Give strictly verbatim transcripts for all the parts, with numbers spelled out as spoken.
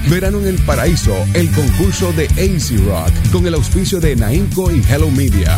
Verano en el Paraíso, el concurso de A C Rock, con el auspicio de Naimco y Hello Media.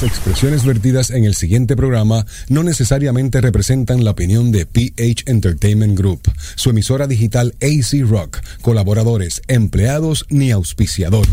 Las expresiones vertidas en el siguiente programa no necesariamente representan la opinión de P H Entertainment Group, su emisora digital A C Rock, colaboradores, empleados ni auspiciador.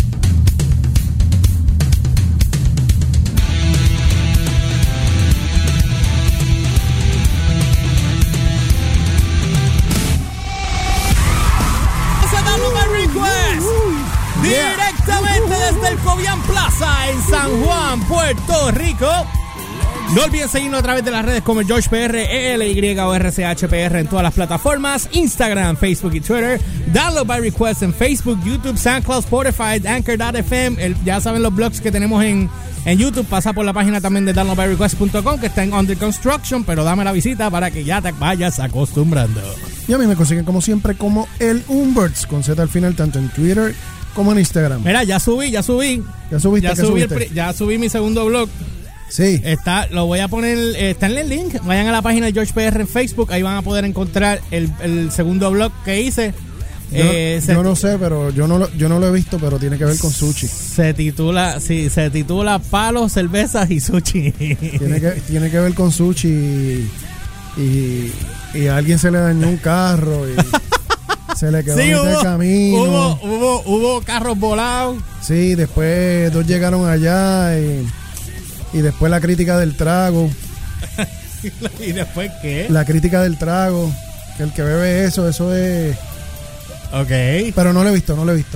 Directamente desde el Cobian Plaza en San Juan, Puerto Rico. No olviden seguirnos a través de las redes como George P R, E L Y o R C H P R en todas las plataformas: Instagram, Facebook y Twitter. Download by request en Facebook, YouTube, SoundCloud, Spotify, Anchor punto F M. El, ya saben los blogs que tenemos en, en YouTube. Pasa por la página también de download by request punto com, que está en Under Construction, pero dame la visita para que ya te vayas acostumbrando. Y a mí me consiguen como siempre como el Umberts, con Z al final, tanto en Twitter como en Instagram. Mira, ya subí, ya subí. ¿Ya subiste? Ya, ¿Qué subí, subiste? el, ya subí mi segundo blog. Sí. Está, lo voy a poner, está en el link. Vayan a la página de George P R en Facebook. Ahí van a poder encontrar el, el segundo blog que hice. Yo, eh, yo se, no sé, pero yo no, lo, yo no lo he visto, pero tiene que ver con sushi. Se titula, sí, se titula Palos, Cervezas y Sushi. Tiene que, tiene que ver con sushi y, y, y a alguien se le dañó un carro y se le quedó sí, en hubo, el camino. Hubo, hubo, hubo carros volados. Sí, después dos llegaron allá y, y después la crítica del trago. ¿Y después qué? La crítica del trago. Que el que bebe eso, eso es... Ok. Pero no lo he visto, no lo he visto.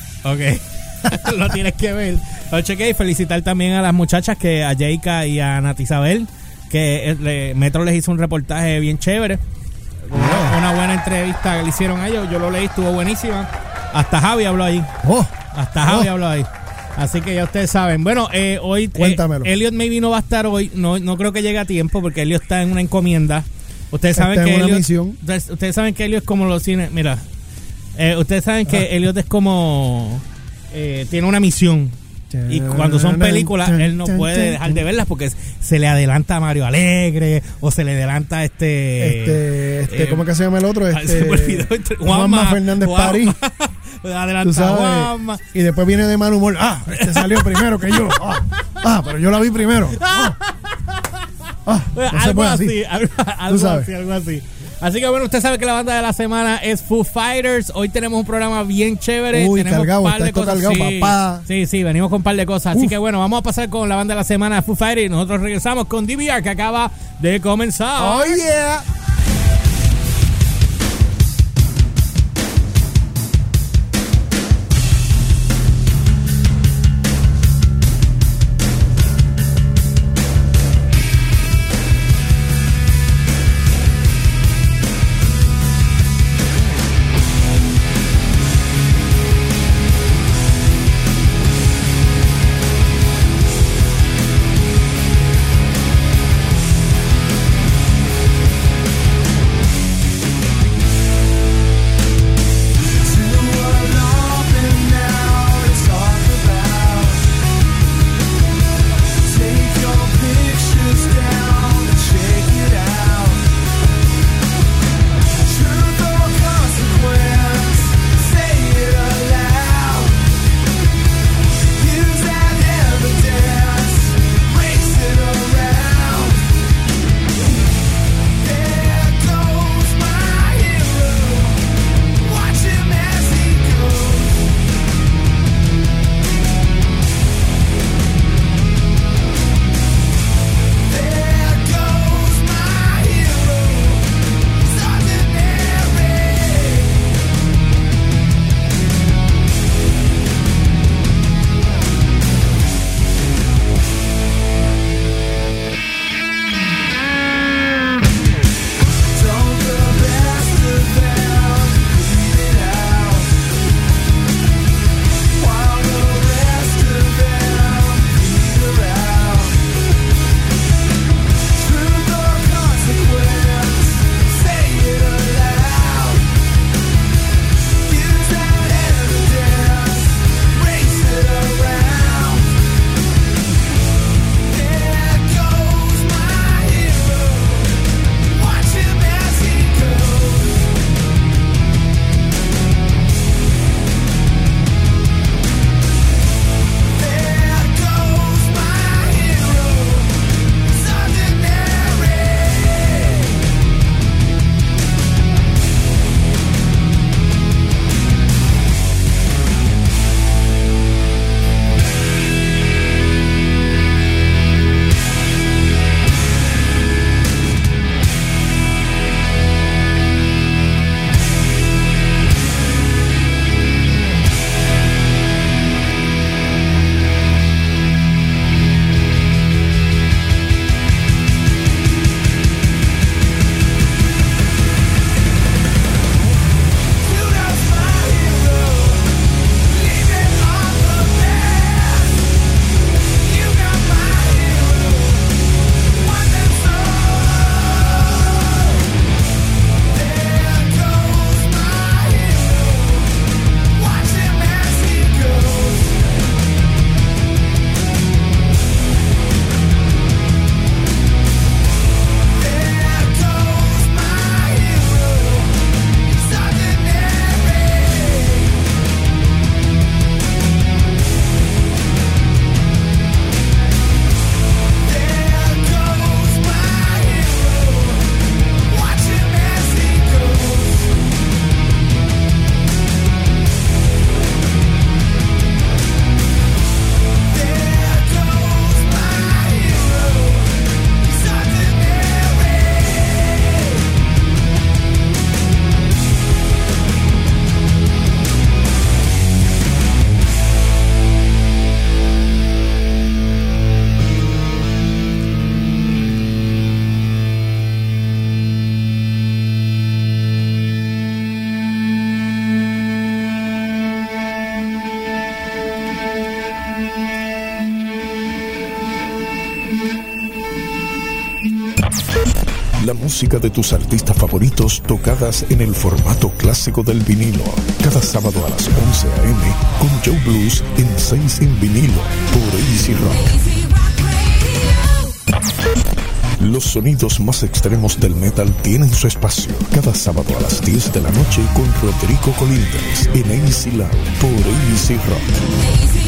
Ok. Lo tienes que ver. Lo chequé y felicitar también a las muchachas, que a Jayka y a Nat Isabel, que le, Metro les hizo un reportaje bien chévere. Una, una buena entrevista que le hicieron a ellos. Yo lo leí, estuvo buenísima. Hasta Javi habló ahí. Oh, Hasta Javi oh. habló ahí. Así que ya ustedes saben. Bueno, eh, hoy Cuéntamelo. Eh, Elliot maybe no va a estar hoy. No, no creo que llegue a tiempo porque Elliot está en una encomienda. Ustedes saben Está que en una Elliot, misión. Ustedes, ustedes saben que Elliot es como los cines. Mira, eh, ustedes saben que Ah. Elliot es como eh, tiene una misión. Y cuando son películas, él no puede dejar de verlas porque se le adelanta a Mario Alegre o se le adelanta este... Este, este eh, ¿cómo es que se llama el otro? Este, se me olvidó. Entre- Juanma, Juanma Fernández Juanma. París. Adelanta Tú sabes. Juanma. Y después viene de mal humor. Ah, este salió primero que yo. Ah, ah, pero yo la vi primero. Ah, ah, no se Algo puede así, así. algo, algo sabes. así, algo así. Así que bueno, usted sabe que la banda de la semana es Foo Fighters. Hoy tenemos un programa bien chévere. Uy, tenemos cargado, un par está de esto cosas. cargado, sí, papá. sí, sí, venimos con un par de cosas. Así Uf. que bueno, vamos a pasar con la banda de la semana de Foo Fighters y nosotros regresamos con D V R, que acaba de comenzar. Oh, yeah. música de tus artistas favoritos tocadas en el formato clásico del vinilo. Cada sábado a las once a eme con Joe Blues en seis en vinilo por Easy Rock. Los sonidos más extremos del metal tienen su espacio. Cada sábado a las diez de la noche con Rodrigo Colindres en Easy Loud por Easy Rock.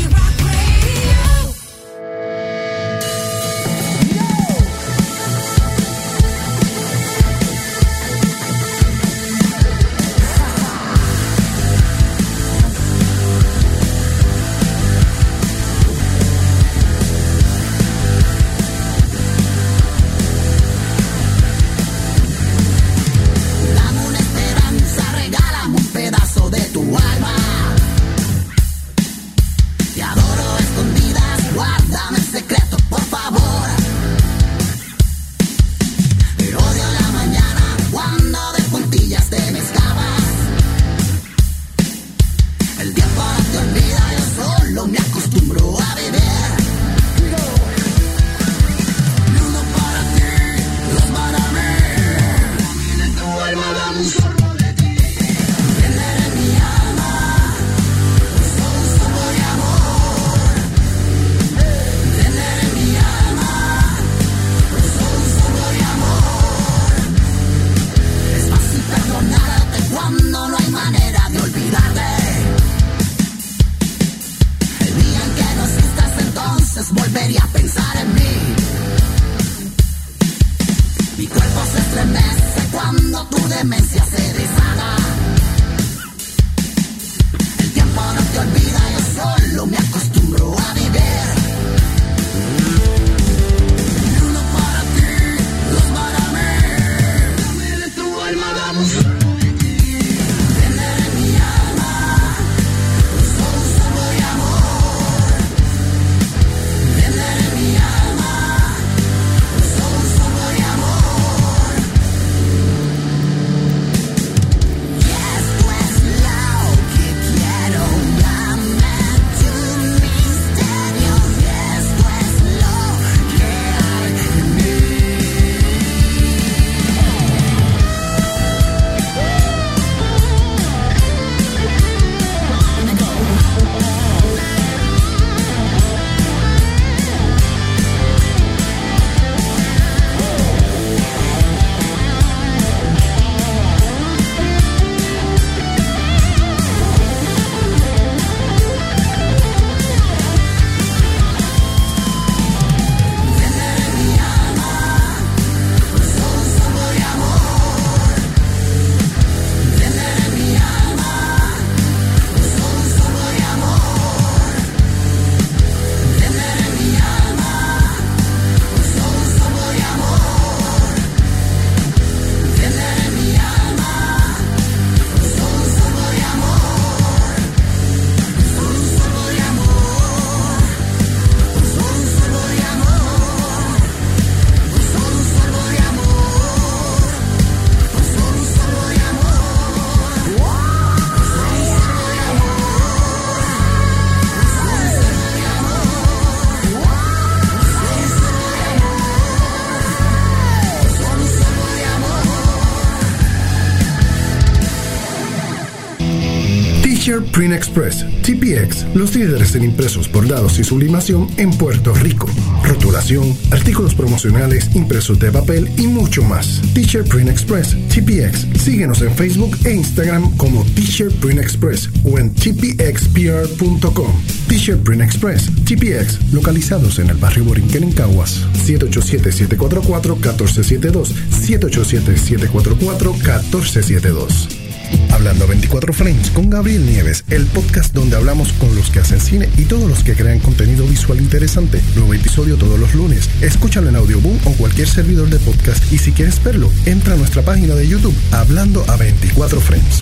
Print Express, T P X, los líderes en impresos, bordados y sublimación en Puerto Rico. Rotulación, artículos promocionales, impresos de papel y mucho más. T-Shirt Print Express, T P X. Síguenos en Facebook e Instagram como T-Shirt Print Express o en t p x p r punto com. T-Shirt Print Express, T P X, localizados en el barrio Borinquen en Caguas. siete ocho siete, siete cuatro cuatro, uno cuatro siete dos, siete ocho siete, siete cuatro cuatro, uno cuatro siete dos. Hablando veinticuatro Frames con Gabriel Nieves, el podcast donde hablamos con los que hacen cine y todos los que crean contenido visual interesante. Nuevo episodio todos los lunes. Escúchalo en Audioboom o cualquier servidor de podcast. Y si quieres verlo, entra a nuestra página de YouTube, Hablando a veinticuatro Frames.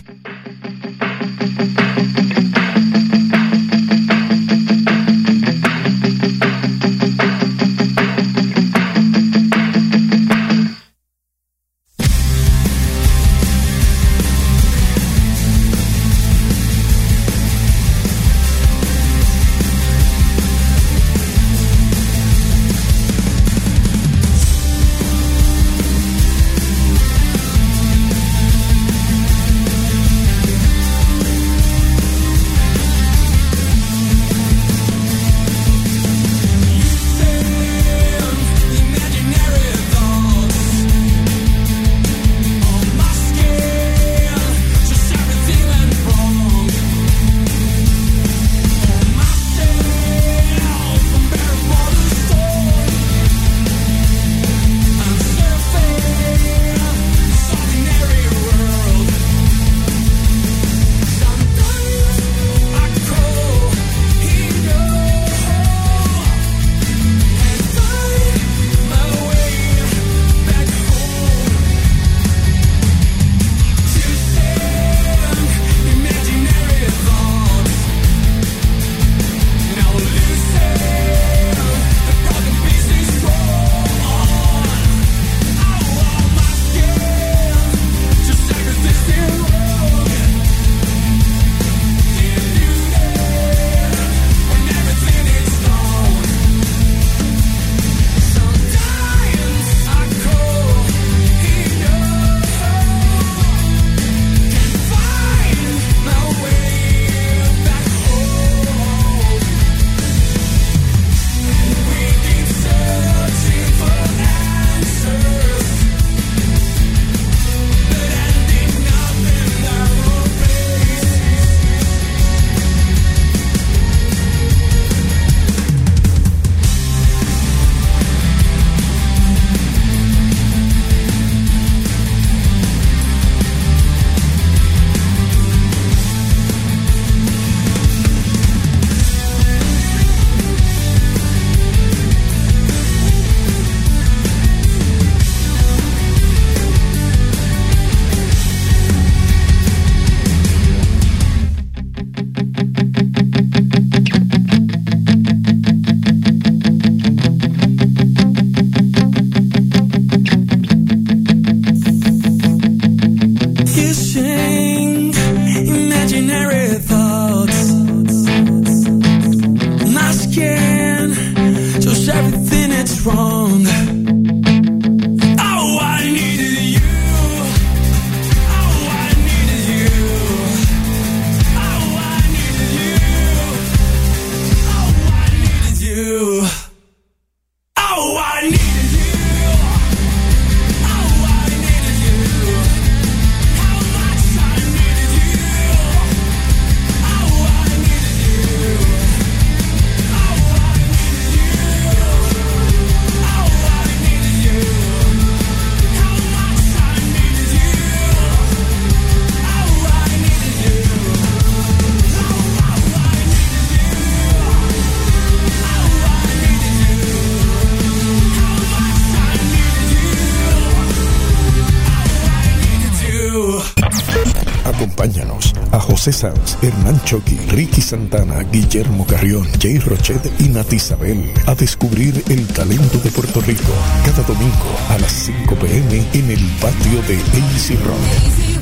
José Sanz, Hernán Choqui, Ricky Santana, Guillermo Carrión, Jay Rochet y Nati Isabel a descubrir el talento de Puerto Rico cada domingo a las cinco p.m. en el patio de A C Rock.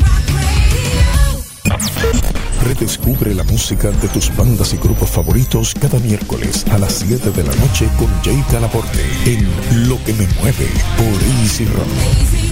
Redescubre la música de tus bandas y grupos favoritos cada miércoles a las siete de la noche con Jay Calaporte en Lo que me mueve por A C Rock.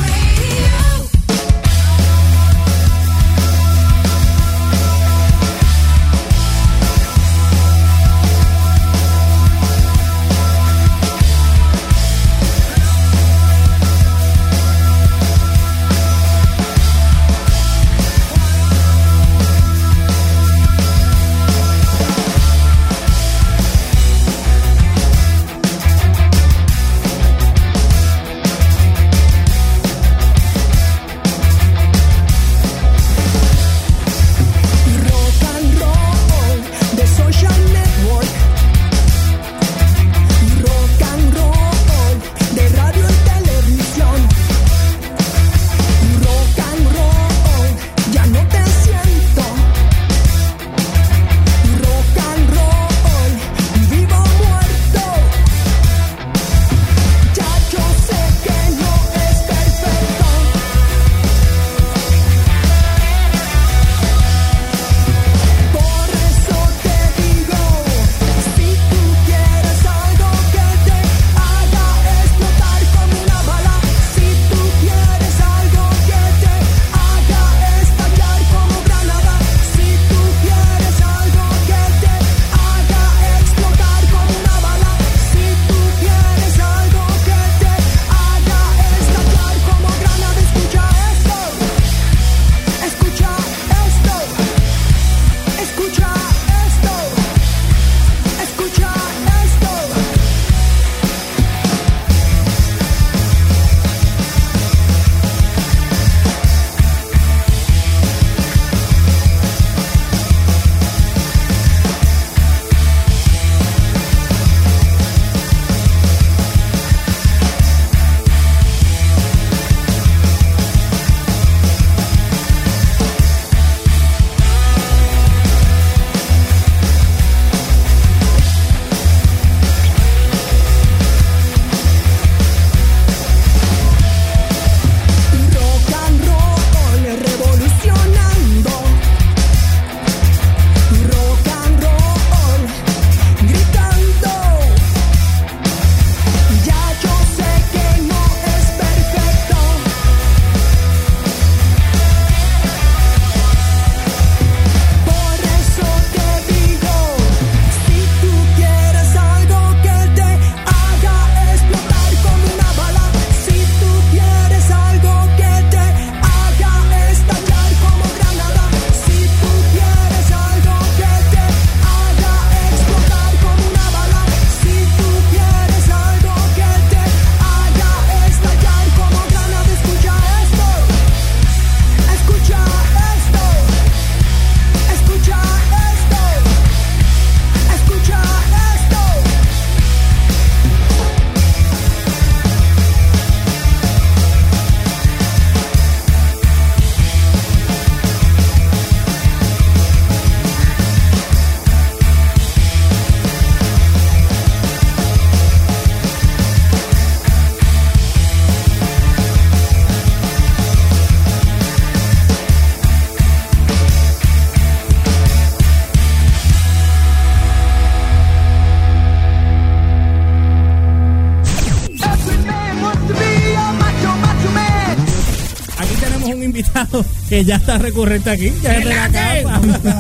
invitado que ya está recurrente aquí. Ya es de la casa.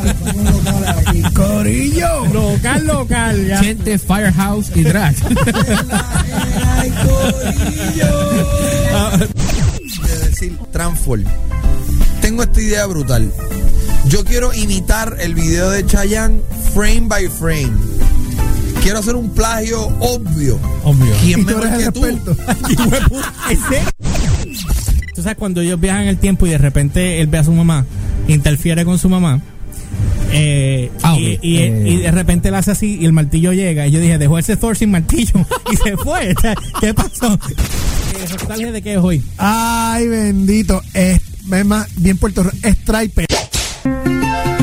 Corillo. Local, local. Ya. Gente, Firehouse y Drag. Ay, corillo. De decir, Transform. Tengo esta idea brutal. Yo quiero imitar el video de Chayanne frame by frame. Quiero hacer un plagio obvio. Obvio. ¿Quién mejor que tú? Tú sabes, cuando ellos viajan en el tiempo y de repente él ve a su mamá, interfiere con su mamá, eh, ah, y, okay. y, eh. y de repente él hace así y el martillo llega. Y yo dije, dejó ese Thor sin martillo y se fue. ¿Qué pasó? ¿Nostalgia de qué es hoy? Ay, bendito. Es, es más, bien Puerto Rico. Striper.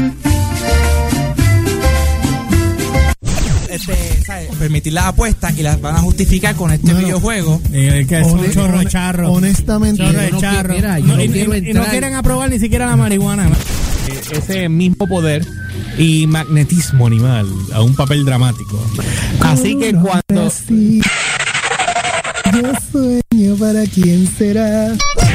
permitir las apuestas y las van a justificar con este No, no. videojuego. Eh, que es un Hone- chorro de hone- charro. Honestamente, Chorro de Yo no charro. qui- mira, yo No, no y, quiero y- y no entrar. quieren aprobar ni siquiera la marihuana. Eh, Ese mismo poder y magnetismo animal a un papel dramático. Así que cuando... sí, yo sueño para quién será.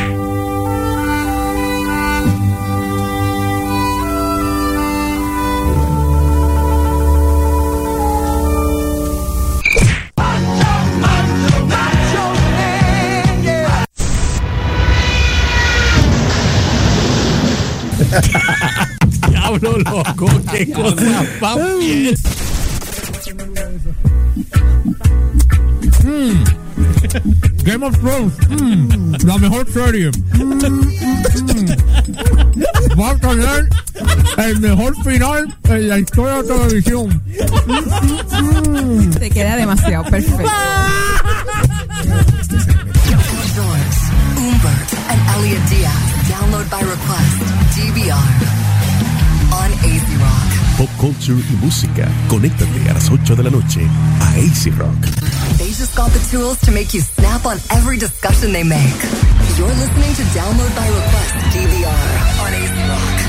Diablo loco, qué cosa papi. Game of Thrones, mm, la mejor serie. Va a tener el mejor final en la historia de la televisión. Te queda demasiado perfecto. Doors, Umbert, and Elliot Diaz. Download by request. D V R. On A C Rock. Pop culture y música. Conéctate a las ocho de la noche a A C Rock. They just got the tools to make you snap on every discussion they make. You're listening to Download by Request D V R on A C Rock.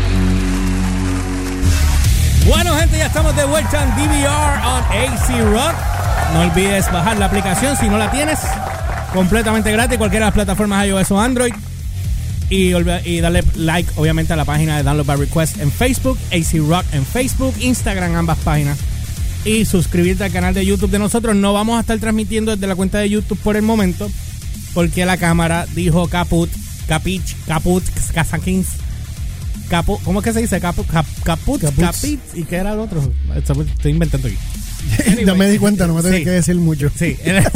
Bueno, gente, ya estamos de vuelta en D V R on A C Rock. No olvides bajar la aplicación si no la tienes. Completamente gratis, cualquiera de las plataformas iOS o Android. Y, olvi- y darle like, obviamente, a la página de Download by Request en Facebook, A C Rock en Facebook, Instagram, ambas páginas. Y suscribirte al canal de YouTube de nosotros. No vamos a estar transmitiendo desde la cuenta de YouTube por el momento, porque la cámara dijo caput, capich, caput, casakins, caput, ¿cómo es que se dice? Caput, cap, caput, Caputs. capit, ¿y qué era el otro? Estoy inventando aquí. Ya me di cuenta, no me tenés Sí. que decir mucho. Sí.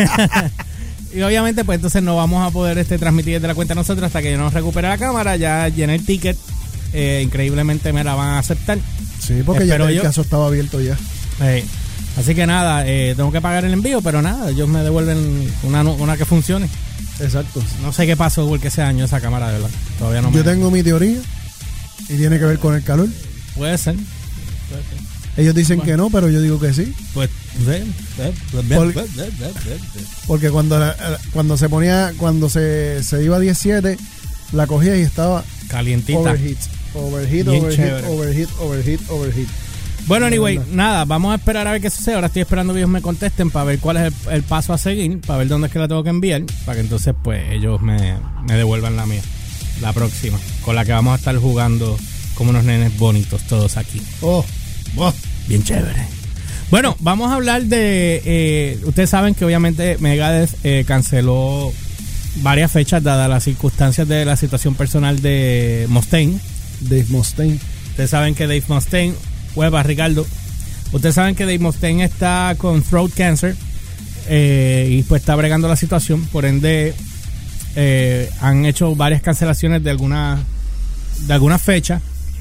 Y obviamente, pues entonces no vamos a poder este transmitir desde la cuenta de nosotros hasta que yo nos recupere la cámara. Ya llené el ticket. Eh, increíblemente me la van a aceptar. Sí, porque Espero ya el yo. caso estaba abierto ya. Eh, así que nada, eh, tengo que pagar el envío, pero nada, ellos me devuelven una, nu- una que funcione. Exacto. No sé qué pasó porque ese año esa cámara, de verdad. Todavía no me... Yo tengo mi teoría y tiene que ver con el calor. Puede ser. Ellos dicen Bueno. que no, pero yo digo que sí. Pues, sí, sí, Por- sí, sí, sí, sí. Porque cuando la- cuando se ponía, cuando se, se iba a diecisiete, la cogía y estaba Calientita. overheat. Overheat, Bien overheat, chévere. overheat, overheat, overheat. Bueno, De anyway, verdad. nada, vamos a esperar a ver qué sucede. Ahora estoy esperando que ellos me contesten para ver cuál es el, el paso a seguir, para ver dónde es que la tengo que enviar, para que entonces pues ellos me, me devuelvan la mía, la próxima, con la que vamos a estar jugando como unos nenes bonitos todos aquí. Oh, oh. Bien chévere. Bueno, vamos a hablar de... Eh, ustedes saben que obviamente Megadeth eh, canceló varias fechas dadas las circunstancias de la situación personal de Mustaine. Dave Mustaine. Ustedes saben que Dave Mustaine, hueva Ricardo, ustedes saben que Dave Mustaine está con throat cancer eh, y pues está bregando la situación. Por ende, eh, han hecho varias cancelaciones de algunas de algunas fechas.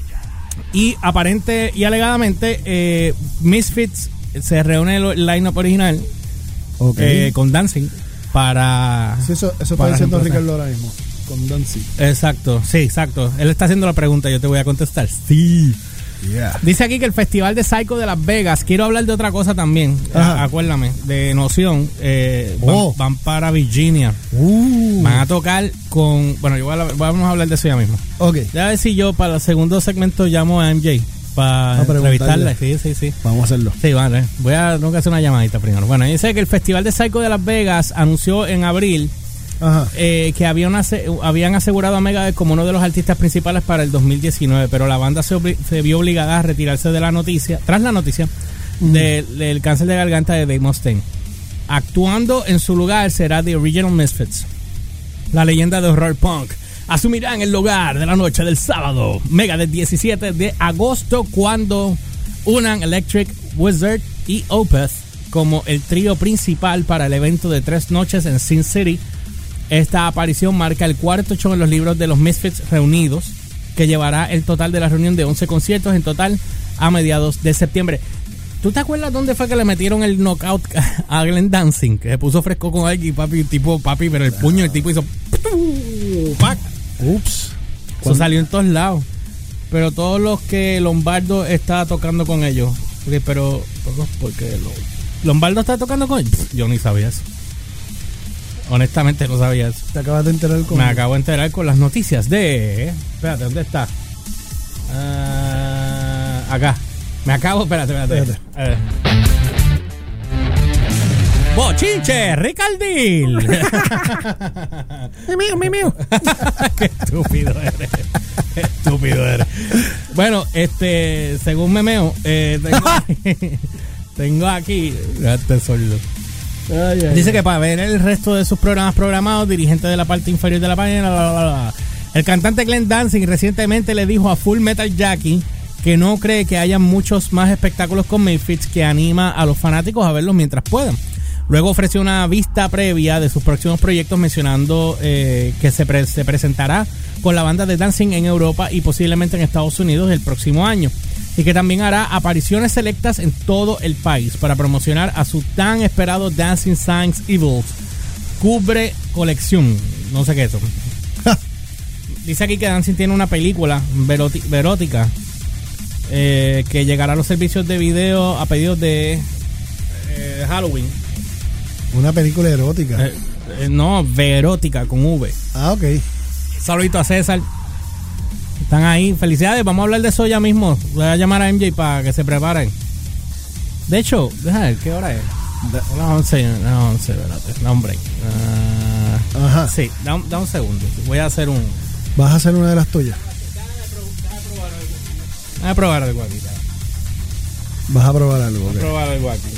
Y aparente y alegadamente, eh, Misfits se reúne el line-up original Ok. eh, con Dancing para. Sí, eso, eso está para diciendo reemplazar. Ricardo ahora mismo. Con Dancy. Exacto, sí, exacto. Él está haciendo la pregunta, yo te voy a contestar. Sí. Yeah. Dice aquí que el Festival de Psycho de Las Vegas, quiero hablar de otra cosa también, Ajá. a- acuérdame, de Noción, eh, van, Oh. van para Virginia, Uh. van a tocar con, bueno, yo voy a, vamos a hablar de eso ya mismo. Ok. Ya ver si yo para el segundo segmento llamo a M J para A preguntarle. entrevistarla. Sí, sí, sí. Vamos a hacerlo. Sí, vale. Voy a, tengo que hacer una llamadita primero. Bueno, dice que el Festival de Psycho de Las Vegas anunció en abril Ajá. eh, que habían, ase- habían asegurado a Megadeth como uno de los artistas principales para el dos mil diecinueve, pero la banda se, obli- se vio obligada a retirarse de la noticia, tras la noticia de- del cáncer de garganta de Dave Mustaine. Actuando en su lugar será The Original Misfits, la leyenda de horror punk. Asumirán el lugar de la noche del sábado, Megadeth diecisiete de agosto, cuando unan Electric Wizard y Opeth como el trío principal para el evento de tres noches en Sin City. Esta aparición marca el cuarto show en los libros de los Misfits reunidos, que llevará el total de la reunión de once conciertos en total a mediados de septiembre. ¿Tú te acuerdas dónde fue que le metieron el knockout a Glenn Danzig? Que se puso fresco con alguien, papi, tipo papi, pero el puño el tipo hizo ¡pac! Ups. Eso salió en todos lados. Pero todos los que Lombardo estaba tocando con ellos. Porque, pero, ¿por qué lo Lombardo está tocando con... Pff, yo ni sabía eso. Honestamente no sabía eso. Te acabas de enterar con... Me acabo de enterar con las noticias de... Espérate, ¿dónde está? Uh, acá. Me acabo... Espérate, espérate. espérate. Eh. ¡Bochinche! ¡Ricardil! ¡Mi mío, mi mío! ¡Qué estúpido eres! ¡Qué estúpido eres! Bueno, este... Según Memeo, eh, tengo, aquí, tengo aquí... Este sordo. Ay, ay, Dice ay. que para ver el resto de sus programas programados, dirigente de la parte inferior de la página, bla, bla, bla. El cantante Glenn Danzig recientemente le dijo a Full Metal Jackie que no cree que haya muchos más espectáculos con Misfits, que anima a los fanáticos a verlos mientras puedan. Luego ofreció una vista previa de sus próximos proyectos, mencionando eh, que se, pre- se presentará con la banda de Danzig en Europa y posiblemente en Estados Unidos el próximo año. Y que también hará apariciones selectas en todo el país para promocionar a su tan esperado Dancing Signs Evil Cubre colección. No sé qué es eso. Dice aquí que Dancing tiene una película veroti- verótica eh, que llegará a los servicios de video a pedidos de eh, Halloween. Una película erótica. Eh, eh, no, verótica con V. Ah, ok. Saludito a César. Están ahí. Felicidades. Vamos a hablar de eso ya mismo. Voy a llamar a M J para que se preparen. De hecho, déjame ver, ¿qué hora es? De, las once, las once, espérate. Da un break. Uh, Ajá. Sí, da, da un segundo. Voy a hacer un... ¿Vas a hacer una de las tuyas? Voy a probar algo aquí. Vas a probar algo. Voy a Okay. probar algo aquí.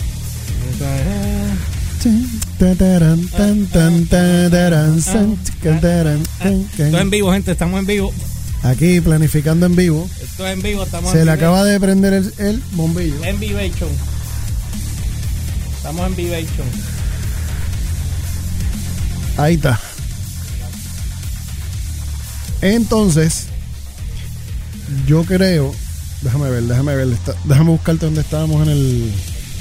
Esto es en vivo, gente. Estamos en vivo. Aquí planificando en vivo. Esto es en vivo. Estamos Se en le vivo. acaba de prender el, el bombillo. En Vivation. Estamos en Vivation. Ahí está. Entonces, yo creo, déjame ver, déjame ver, está, déjame buscarte donde estábamos en el.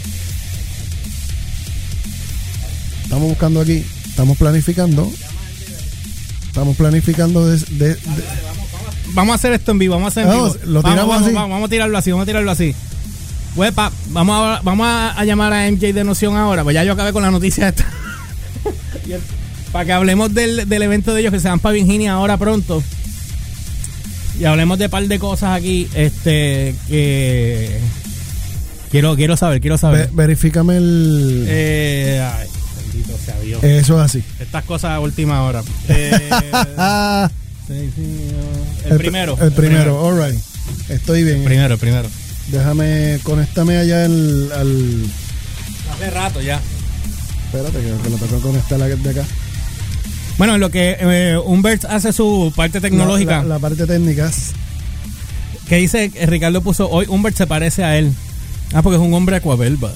Estamos buscando aquí, estamos planificando, estamos planificando de, de, de Vamos a hacer esto en vivo, vamos a hacer en vamos, vivo. lo tiramos vamos, vamos, así. Vamos, vamos a tirarlo así, vamos a tirarlo así. Huepa, vamos a, vamos a llamar a M J de Noción ahora, pues ya yo acabé con la noticia esta. Para que hablemos del, del evento de ellos que se van para Virginia ahora pronto. Y hablemos de un par de cosas aquí, este, que quiero, quiero saber, quiero saber. Ve, verifícame el. Eh, ay, bendito sea Dios. Eso es así. Estas cosas a última hora. Eh, sí, sí, el, el primero. El, el primero, all right. Estoy bien. El primero, el primero. Déjame, conéctame allá el, al. Hace rato ya. Espérate, que, que lo tengo que conectar de acá. Bueno, en lo que eh, Humbert hace su parte tecnológica. La, la, la parte técnica. Que dice, eh, Ricardo puso, hoy Humbert se parece a él. Ah, porque es un hombre acuabelba.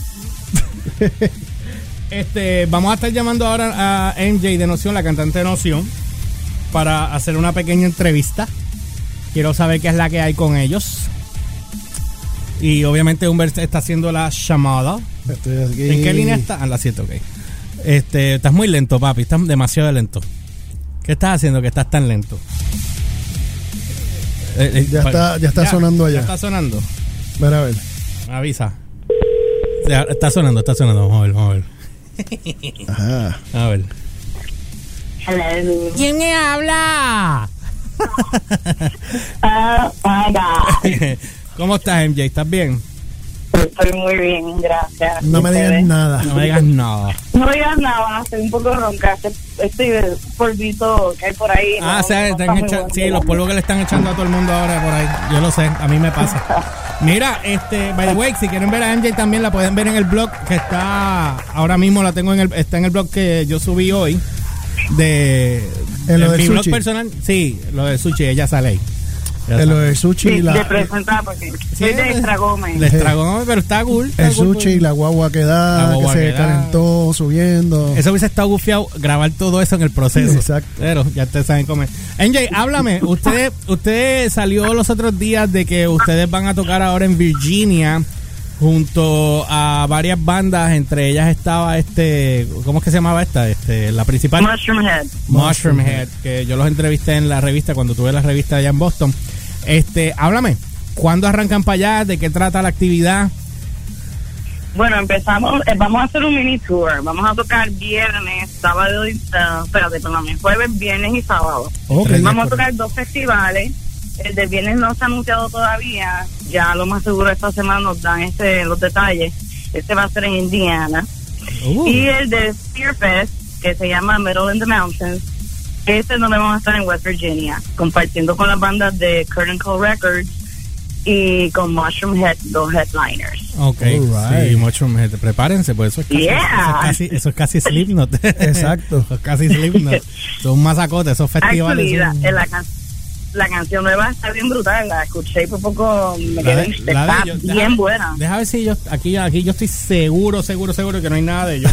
este, vamos a estar llamando ahora a M J de Noción, la cantante de Noción, para hacer una pequeña entrevista. Quiero saber qué es la que hay con ellos. Y obviamente Humbert está haciendo la llamada. Estoy aquí. ¿En qué línea está? Ah, la siete, ok. Este, estás muy lento, papi. Estás demasiado lento. ¿Qué estás haciendo que estás tan lento? Eh, eh, ya está, ya está ya, sonando allá. Ya está sonando. Ver a ver. Me avisa. Ya, está sonando, está sonando. Vamos a ver, vamos a ver. Ajá. A ver. Hello. ¿Quién me habla? Oh my God. ¿Cómo estás, M J? ¿Estás bien? Estoy muy bien, gracias. No me digas nada. No me digas nada. No digas nada, estoy un poco ronca. Este polvito que hay por ahí. Ah, no, o sea, no están está muy echa- bueno. sí, los polvos que le están echando a todo el mundo ahora por ahí. Yo lo sé, a mí me pasa. Mira, este, by the way, si quieren ver a M J también la pueden ver en el blog que está, ahora mismo la tengo en el, está en el blog que yo subí hoy de, En lo de del mi blog sushi. personal. Sí, lo de sushi, ella sale ahí. Ya En lo sabe. de sushi Sí, y la. de presentar porque soy de extra Gómez. Les trago, pero está cool. Está El cool, sushi y cool. la guagua que da, La guagua que se que da. calentó subiendo. Eso hubiese estado gufiado grabar todo eso en el proceso. Exacto. Pero ya ustedes saben cómo es. M J, háblame. Usted, usted salió los otros días de que ustedes van a tocar ahora en Virginia junto a varias bandas. Entre ellas estaba este, ¿cómo es que se llamaba esta? Este, la principal. Mushroom Head. Mushroom Head, que yo los entrevisté en la revista cuando tuve la revista allá en Boston. Este, háblame. ¿Cuándo arrancan para allá? ¿De qué trata la actividad? Bueno, empezamos, eh, vamos a hacer un mini tour. Vamos a tocar viernes, sábado, y, uh, espérate, perdón, jueves, viernes y sábado. Okay. Vamos a tocar dos festivales. El de viernes no se ha anunciado todavía. Ya lo más seguro esta semana nos dan este, los detalles. Este va a ser en Indiana. Uh. Y el de Spear Fest, que se llama Metal in the Mountains, este es donde vamos a estar en West Virginia, compartiendo con las bandas de Curtain Call Records y con Mushroom Head, dos headliners. Ok, right. Sí, Mushroom Head, prepárense, pues eso es casi, Yeah. eso es casi, eso es casi Slipknot. Exacto. Eso es casi Slipknot. Son un masacote, esos festivales. Actually, son... la, la, can- la canción nueva está bien brutal, la escuché y por poco me La quedé, de- está la de ellos, bien deja- buena. Deja ver si yo aquí, aquí yo estoy seguro, seguro, seguro que no hay nada de ellos.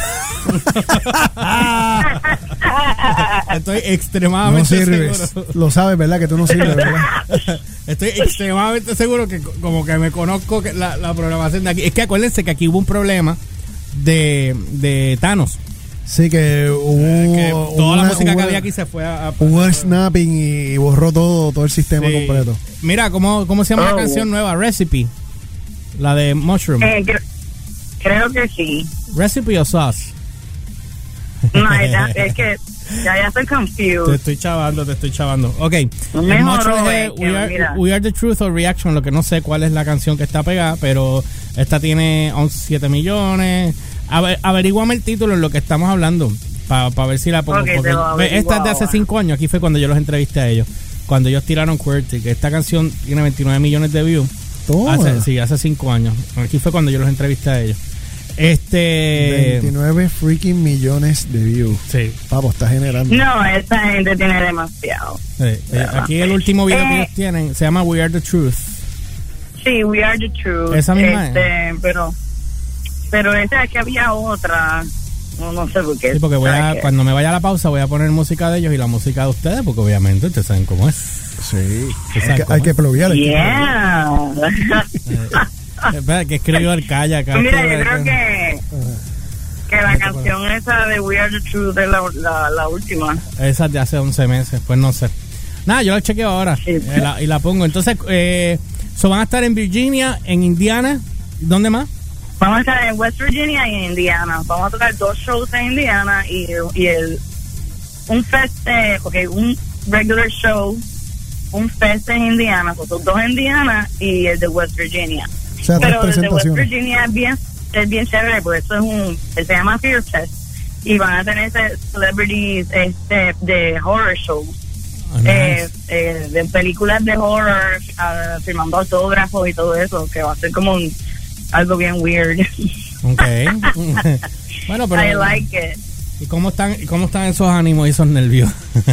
Estoy No extremadamente sirves. seguro. Lo sabes, ¿verdad? Que tú no sirves, ¿verdad? Estoy extremadamente seguro que co- como que me conozco que la, la programación de aquí. Es que acuérdense que aquí hubo un problema de, de Thanos. Sí, que hubo. Que toda la una- música hubo- que había aquí se fue a... a- Hubo snapping y borró todo, todo el sistema Sí. completo. Mira, ¿cómo, cómo se llama Oh. la canción nueva? Recipe. La de Mushroom. Eh, cre- creo que sí. Recipe o Sauce. No, ya- es que ya, ya estoy Te confused. estoy chavando, te estoy chavando. Ok. No El me Mushroom joro, es eh, que We Are, mira. We Are the Truth or Reaction. Lo que no sé cuál es la canción que está pegada, pero esta tiene once, siete millones. A ver, averíguame el título en lo que estamos hablando. Para ver si la pongo. Ok, te porque lo ve, esta es de hace averiguo cinco años. Aquí fue cuando yo los entrevisté a ellos. Cuando ellos tiraron QWERTY. Que esta canción tiene veintinueve millones de views. Toma. Hace, sí, hace cinco años. Aquí fue cuando yo los entrevisté a ellos. Este. veintinueve freaking millones de views. Sí. Papo, está generando. No, esta gente tiene demasiado. Sí, eh, aquí el último video que Eh. ellos tienen se llama We Are the Truth. Sí, We Are the Truth. Esa misma este, pero, pero esa es que había otra. No, no sé por qué. Sí, porque voy a, ¿sabes qué? cuando me vaya a la pausa voy a poner música de ellos y la música de ustedes, porque obviamente ustedes saben cómo es. Sí. Ustedes Hay saben que, cómo hay que es. pluguear. hay que Yeah. Eh, espera, que escribió el calla acá. Mira, yo creo que, que la canción esa de We Are the Truth es la, la, la última. Esa es de hace once meses, pues no sé. Nada, yo la chequeo ahora Sí. eh, la- y la pongo. Entonces, eh, so van a estar en Virginia, en Indiana, ¿dónde más? Vamos a estar en West Virginia y en Indiana. Vamos a tocar dos shows en Indiana y, y el un fest, eh, okay, un regular show, un fest en Indiana, pues son dos en Indiana y el de West Virginia. O sea, tres Pero el de West presentaciones. Virginia es bien, es bien chévere, porque eso es un, se llama Fear Fest y van a tener ese celebrities este, de horror shows. Oh, nice. Eh, eh, de películas de horror, uh, firmando autógrafos y todo eso, que va a ser como un, algo bien weird. Ok. Bueno, pero. I like it. ¿Y cómo están, y cómo están esos ánimos y esos nervios?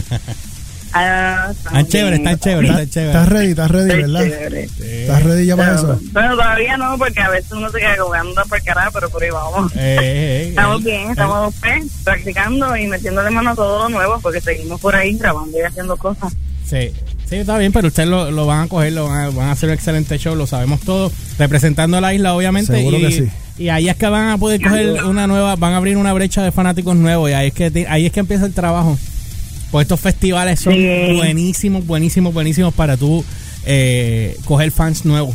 Ah, Están chévere, están chévere, están chévere. Estás ready, estás ready, Estoy ¿verdad? chévere. ¿Estás ready ya para Pero, eso? pero todavía no, porque a veces uno se queda jugando por carajo, pero por ahí vamos. Eh, eh, eh, Estamos eh, bien, estamos pues, practicando y metiéndole mano a todo lo nuevo, porque seguimos por ahí grabando y haciendo cosas. Sí, sí, está bien, pero ustedes lo, lo van a coger, lo van a, van a hacer un excelente show, lo sabemos todos, representando a la isla, obviamente. Seguro y, que sí. y ahí es que van a poder coger una nueva, van a abrir una brecha de fanáticos nuevos, y ahí es que ti- ahí es que empieza el trabajo. Pues estos festivales son Sí. buenísimos, buenísimos, buenísimos para tú eh, coger fans nuevos.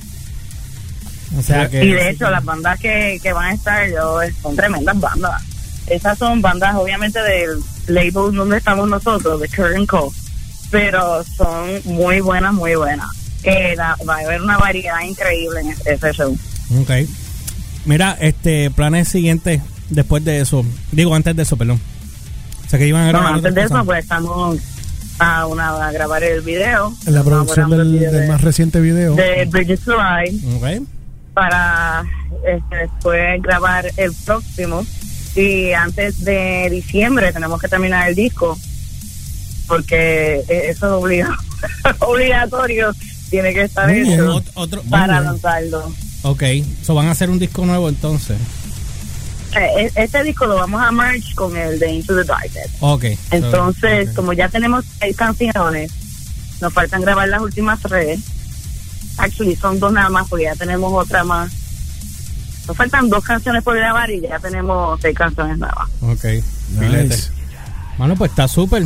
O sea que. Y de hecho, las bandas que, que van a estar yo, son tremendas bandas. Esas son bandas, obviamente, del label donde estamos nosotros, de Curtain Call, pero son muy buenas, muy buenas. Eh, la- va a haber una variedad increíble en ese, ese show. Ok. Mira, este, planes siguientes después de eso. Digo, antes de eso, perdón. O sea que iban a Bueno, grabar antes de otras eso, cosas. pues estamos a, una, a grabar el video. En la Estamos producción grabando el del, video del de- más reciente video. de Bridget to Ride, Ok. para este, después grabar el próximo. Y antes de diciembre tenemos que terminar el disco, porque eso es obligado, obligatorio, tiene que estar Muy bien. hecho Ot- otro, para bien. lanzarlo. ok. So van a hacer un disco nuevo entonces. Eh, Este disco lo vamos a merge con el de Into the Darkness. Ok. Entonces, Ok. como ya tenemos seis canciones, nos faltan grabar las últimas tres. Actually, son dos nada más, porque ya tenemos otra más. Nos faltan dos canciones por grabar y ya tenemos seis canciones nuevas. Ok. Nice. Filete. Bueno, pues está súper.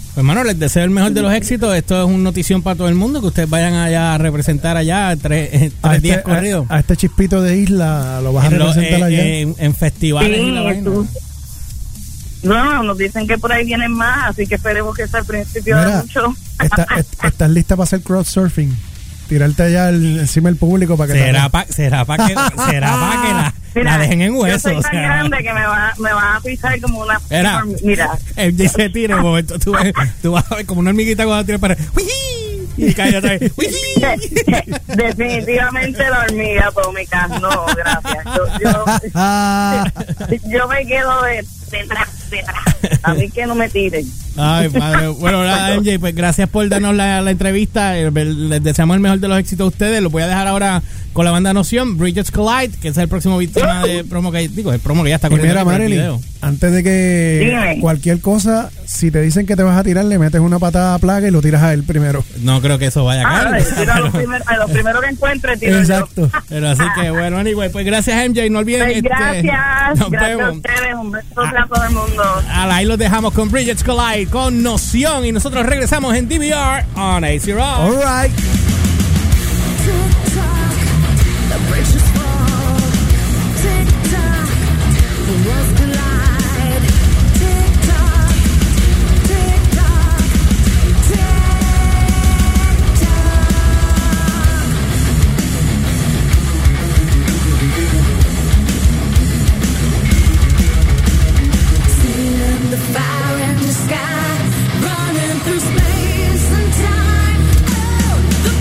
Pues, hermano, les deseo el mejor de los éxitos. Esto es una notición para todo el mundo, que ustedes vayan allá a representar allá tres, tres a días este, corridos. A, a este chispito de isla lo vas a En lo- representar eh, allá. En, en festivales Sí, y la vaina. tú- No, nos dicen que por ahí vienen más, así que esperemos que sea al principio de Mira, mucho. está- est- ¿Estás lista para hacer crowdsurfing? Tirarte allá el- encima del público para que Será te- para será pa que, será pa que la, Mira, la dejen en yo hueso. soy o tan sea, grande que me va, me va a pisar como una... Mira. Mira, el J se tira en un momento. Tú, ves- tú vas a ver como una hormiguita cuando tira para. ¡Uijí! Y cae otra vez. ¡Uijí! definitivamente la hormiga atómica, no, gracias. Yo, yo, yo me quedo de, detrás, detrás. A mí que no me tiren. Ay, padre. Bueno, nada, M J, pues gracias por darnos la, la entrevista. Eh, Les deseamos el mejor de los éxitos a ustedes. Los voy a dejar ahora con la banda Noción, Bridges Collide, que es el próximo tema de promo que digo, el promo que ya está Y corriendo mira, aquí por el Marilyn, video. antes de que Dime. cualquier cosa, si te dicen que te vas a tirar, le metes una patada a plaga y lo tiras a él primero. No creo que eso vaya a Ah, caer. yo tiro a los primer- a los primeros que encuentre, tiro Exacto. Pero así que bueno, anyway, pues gracias M J, no olviden. Pues este, gracias, nos gracias a vemos. ustedes, un beso a todo el mundo. Ala, ahí los dejamos con Bridges Collide, con Noción, y nosotros regresamos en D V R on A C Rock. All right. The fire in the sky, running through space and time. Oh, the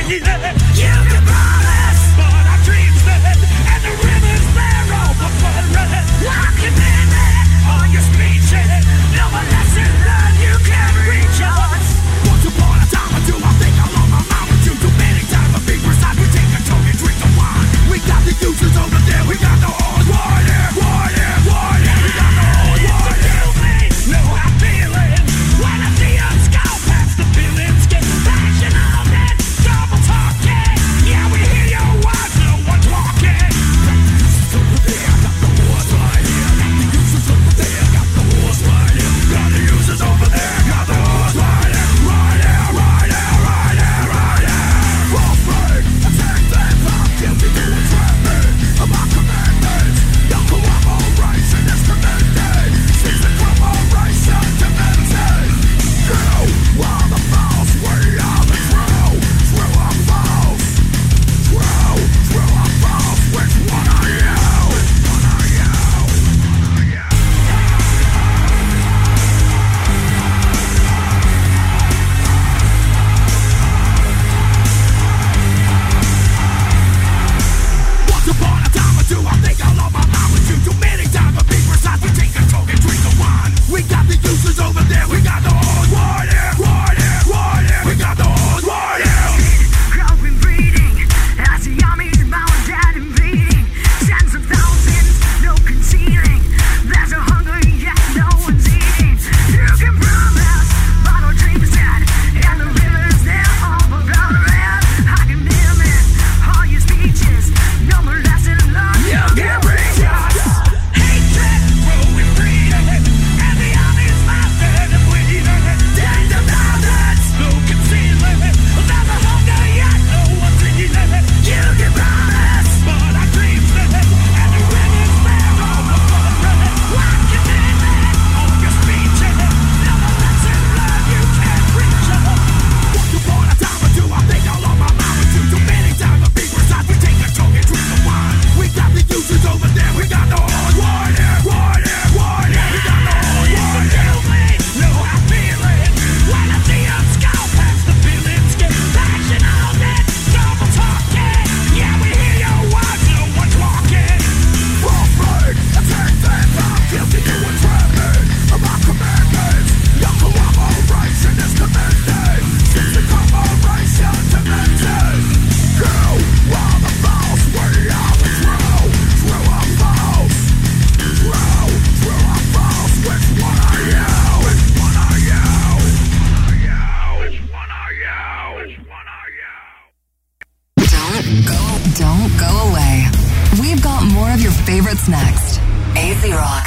favorites next. A Z Rock.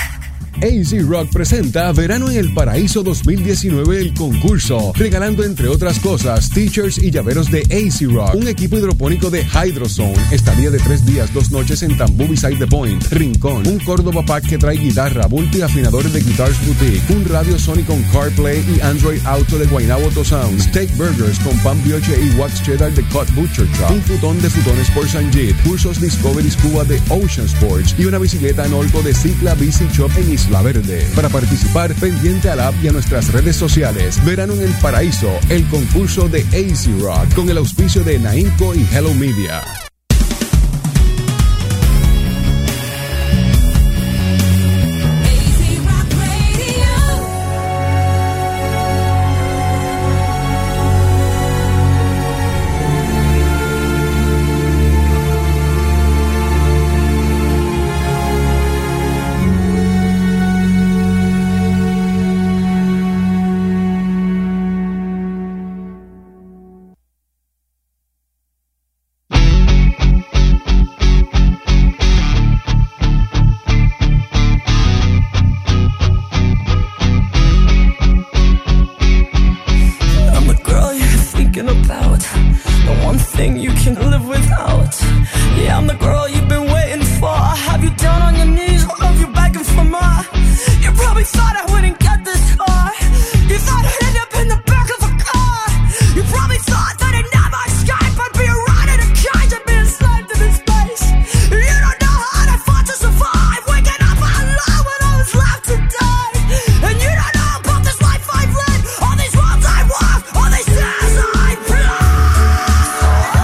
A Z Rock presenta Verano en el Paraíso dos mil diecinueve, el concurso, regalando entre otras cosas t-shirts y llaveros de A Z Rock, un equipo hidropónico de Hydrozone, estadía de tres días, dos noches en Tambú Beside the Point, Rincón, un Córdoba Pack que trae guitarra, multiafinadores de Guitars Boutique, un radio Sony con CarPlay y Android Auto de Guaynabo Auto Sound, steak burgers con pan brioche y wax cheddar de Cut Butcher Shop, un futón de futones por Sanjit, cursos Discovery Scuba de Ocean Sports y una bicicleta en Olco de Cicla Bici Shop en Isla Verde. Para participar, pendiente a la app y a nuestras redes sociales. Verano en el Paraíso, el concurso de A Z Rock, con el auspicio de Nainco y Hello Media. Oh,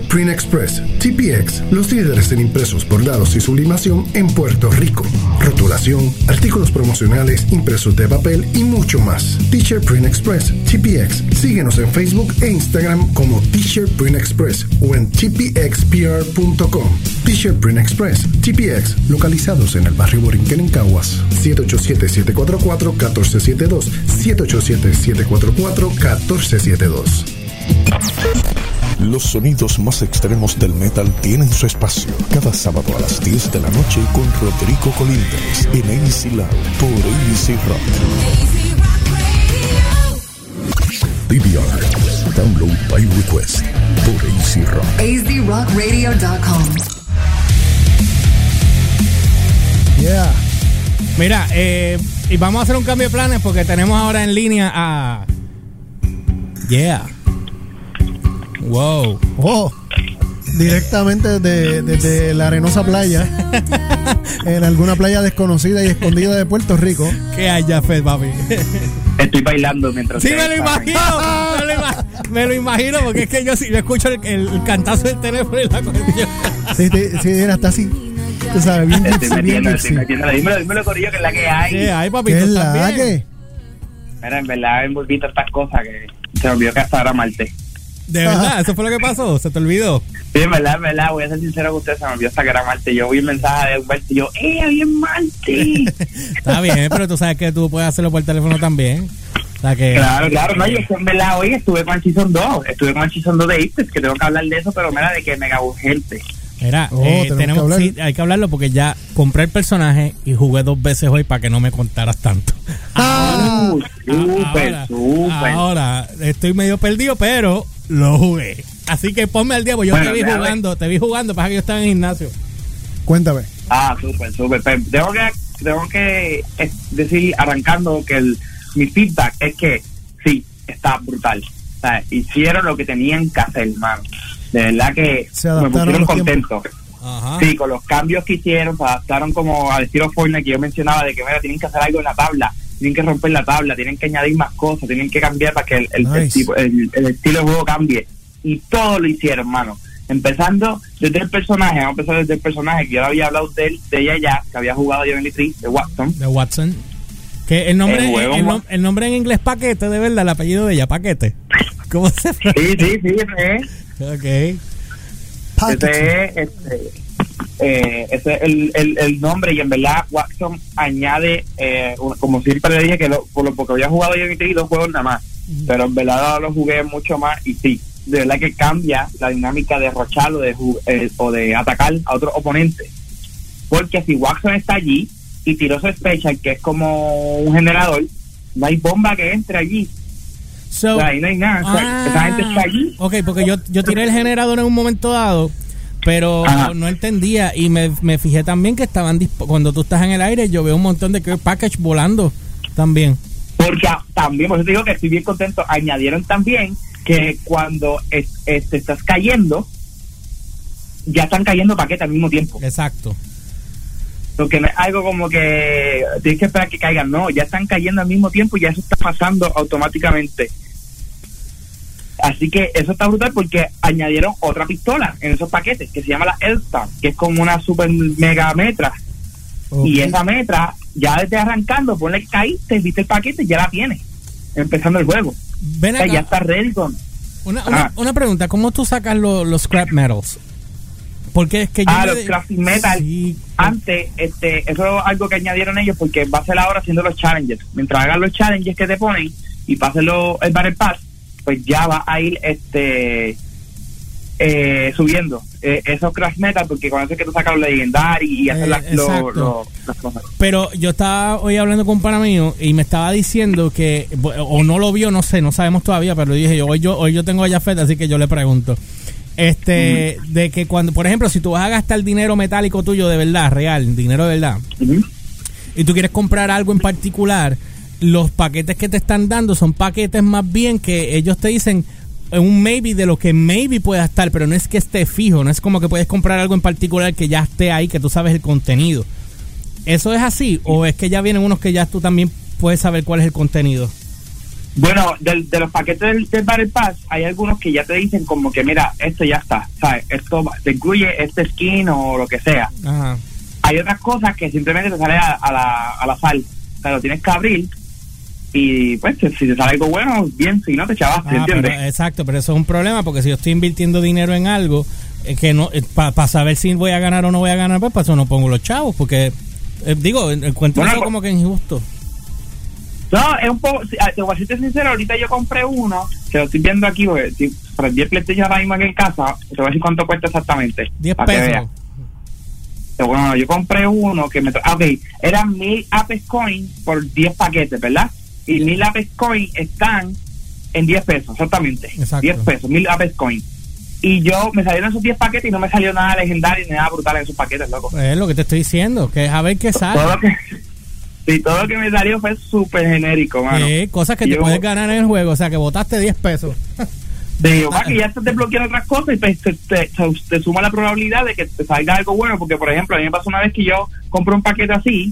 Print Express, T P X, los líderes en impresos, bordados y sublimación en Puerto Rico. Rotulación, artículos promocionales, impresos de papel y mucho más. T-Shirt Print Express, T P X. Síguenos en Facebook e Instagram como T-Shirt Print Express o en t p x p r punto com. T-Shirt Print Express, T P X, localizados en el barrio Borinquen en Caguas. siete ocho siete, siete cuatro cuatro, uno cuatro siete dos, siete ocho siete, siete cuatro cuatro, uno cuatro siete dos. Los sonidos más extremos del metal tienen su espacio cada sábado a las diez de la noche con Rodrigo Colindres en A C Loud por A C Rock. D V R, download by request por A C Rock. A Z rock radio dot com. Yeah. Mira, eh, y vamos a hacer un cambio de planes porque tenemos ahora en línea a... Yeah. Wow. Oh, directamente desde, desde la arenosa playa, en alguna playa desconocida y escondida de Puerto Rico. ¿Qué hay, Jafet, papi? Estoy bailando mientras... Sí, me lo imagino, me lo, ima- me lo imagino, porque es que yo, yo escucho el, el, el cantazo del teléfono y la cuestión. Sí, te, sí, era hasta así. Tú sabes, bien Estoy gypsy, bien metiendo, gypsy. estoy metiendo. Dímelo, dímelo, Corillo, que es la que hay. ¿Qué hay, papi? ¿Qué ¿Tú es estás la bien? que? Mira, en verdad envolví todas estas cosas que se me olvidó que hasta ahora Marte. ¿De verdad? ¿Eso fue lo que pasó? ¿Se te olvidó? Sí, en verdad, en verdad, voy a ser sincero con ustedes, se me olvidó hasta que era Marte. Yo vi un mensaje de Humberto y yo, ¡eh, bien Marte! Está bien, pero tú sabes que tú puedes hacerlo por teléfono también. O sea que... Claro, claro, no, yo en verdad hoy estuve con el Season dos, estuve con el Season dos de Ipes, que tengo que hablar de eso, pero mira, de que mega urgente. Mira, Oh, eh, tenemos tenemos, que hablar. sí, hay que hablarlo porque ya compré el personaje y jugué dos veces hoy para que no me contaras tanto. Ah, Uh, súper, ahora, súper. ahora estoy medio perdido, pero lo jugué. Así que ponme al día, porque yo Bueno, te vi déjame. jugando, te vi jugando, pasa que yo estaba en el gimnasio. cuéntame. Ah, súper, súper. Pero tengo que, tengo que eh, decir, arrancando, que el, mi feedback es que sí, está brutal. O sea, hicieron lo que tenían que hacer, hermano. De verdad que Se me adaptaron pusieron a los contento. Ajá. Sí, con los cambios que hicieron, se adaptaron como al estilo Fortnite que yo mencionaba, de que mira, tienen que hacer algo en la tabla, tienen que romper la tabla, tienen que añadir más cosas, tienen que cambiar para que el, el, el Nice. tipo, el, el estilo de juego cambie. Y todo lo hicieron, hermano. Empezando desde el personaje, vamos a empezar desde el personaje, que yo había hablado de, él, de ella ya, que había jugado yo en el tres, de Watson. De Watson. Que el nombre, El el, juego, el nom- Wa- el nombre en inglés Paquete, de verdad, el apellido de ella, Paquete. ¿Cómo se llama? Sí, sí, sí, ese es. Ok. Packaging. Ese es, este, eh, ese es el, el, el nombre, y en verdad Watson añade, eh, un- como siempre le dije, que lo, por lo porque había jugado yo en el dos juegos nada más, pero en verdad ahora lo jugué mucho más, y sí, de verdad que cambia la dinámica de rochar o de, ju- eh, o de atacar a otro oponente, porque si Watson está allí y tiró su special, que es como un generador, no hay bomba que entre allí. So, O sea, ahí no hay nada. O sea, ah, esa gente está allí. Ok, porque yo, yo tiré el generador en un momento dado, pero Ajá. no entendía. Y me, me fijé también que estaban disp- cuando tú estás en el aire, yo veo un montón de care package volando también. Porque ah, también, por eso te digo que estoy bien contento. Añadieron también que cuando es, es- te estás cayendo, ya están cayendo paquetes al mismo tiempo. Exacto. Porque no es algo como que tienes que esperar que caigan, no, ya están cayendo al mismo tiempo y ya eso está pasando automáticamente. Así que eso está brutal porque añadieron otra pistola en esos paquetes que se llama la L-Star, que es como una super mega metra. Ok. Y esa metra, ya desde arrancando, ponle que caíste, viste el paquete, ya la tienes, empezando el juego. Ven O sea, acá, ya está ready con... una, una, Ah. una pregunta, ¿cómo tú sacas lo- los scrap metals? Porque es que yo Ah, me- los crafting metal. Sí. Antes, este, eso es algo que añadieron ellos porque va a ser ahora haciendo los challenges. Mientras hagan los challenges que te ponen y pasen los, el Battle Pass, pues ya va a ir este eh, subiendo eh, esos craft metal, porque con eso es que tú sacas los legendarios y haces Eh, las, lo- exacto. lo- las cosas. Pero yo estaba hoy hablando con un pana mío y me estaba diciendo que, o no lo vio, no sé, no sabemos todavía, pero dije yo, hoy yo, hoy yo tengo a Jafet, así que yo le pregunto. Este, uh-huh. de que cuando, por ejemplo, si tú vas a gastar dinero metálico tuyo de verdad, real, dinero de verdad, uh-huh. y tú quieres comprar algo en particular, los paquetes que te están dando son paquetes más bien que ellos te dicen un maybe de lo que maybe pueda estar, pero no es que esté fijo, no es como que puedes comprar algo en particular que ya esté ahí, que tú sabes el contenido. ¿Eso es así? ¿O es que ya vienen unos que ya tú también puedes saber cuál es el contenido? Bueno, de, de los paquetes del, del Battle Pass, hay algunos que ya te dicen como que, mira, esto ya está, ¿sabes? Esto te incluye este skin o lo que sea. Ajá. Hay otras cosas que simplemente te sale a, a la a la sal. O sea, lo tienes que abrir y, pues, si te sale algo bueno, bien, si no, te chavaste, ah, ¿entiendes? Pero, exacto, pero eso es un problema porque si yo estoy invirtiendo dinero en algo, eh, que no eh, para pa saber si voy a ganar o no voy a ganar, pues para eso no pongo los chavos, porque, eh, digo, encuentro Bueno, eso como que injusto. No, es un poco, te voy a ser sincero, ahorita yo compré uno, que lo estoy viendo aquí, porque si prendí el PlayStation ahora mismo aquí en casa, te voy a decir cuánto cuesta exactamente. diez para que pesos. veas. Bueno, yo compré uno que me... Tra- ok, eran mil Apex Coins por diez paquetes, ¿verdad? Y mil Apex Coins están en diez pesos, exactamente. Exacto. diez pesos, mil Apex Coins. Y yo, me salieron esos diez paquetes y no me salió nada legendario ni nada brutal en esos paquetes, loco. Es lo que te estoy diciendo, que es a ver qué sale. Todo lo que... Sí, todo lo que me salió fue súper genérico, mano. Sí, cosas que Y te yo- puedes ganar en el juego, o sea, que botaste diez pesos. Digo, va que ya te desbloquean otras cosas y pues, te, te, te, te suma la probabilidad de que te salga algo bueno, porque por ejemplo, a mí me pasó una vez que yo compré un paquete así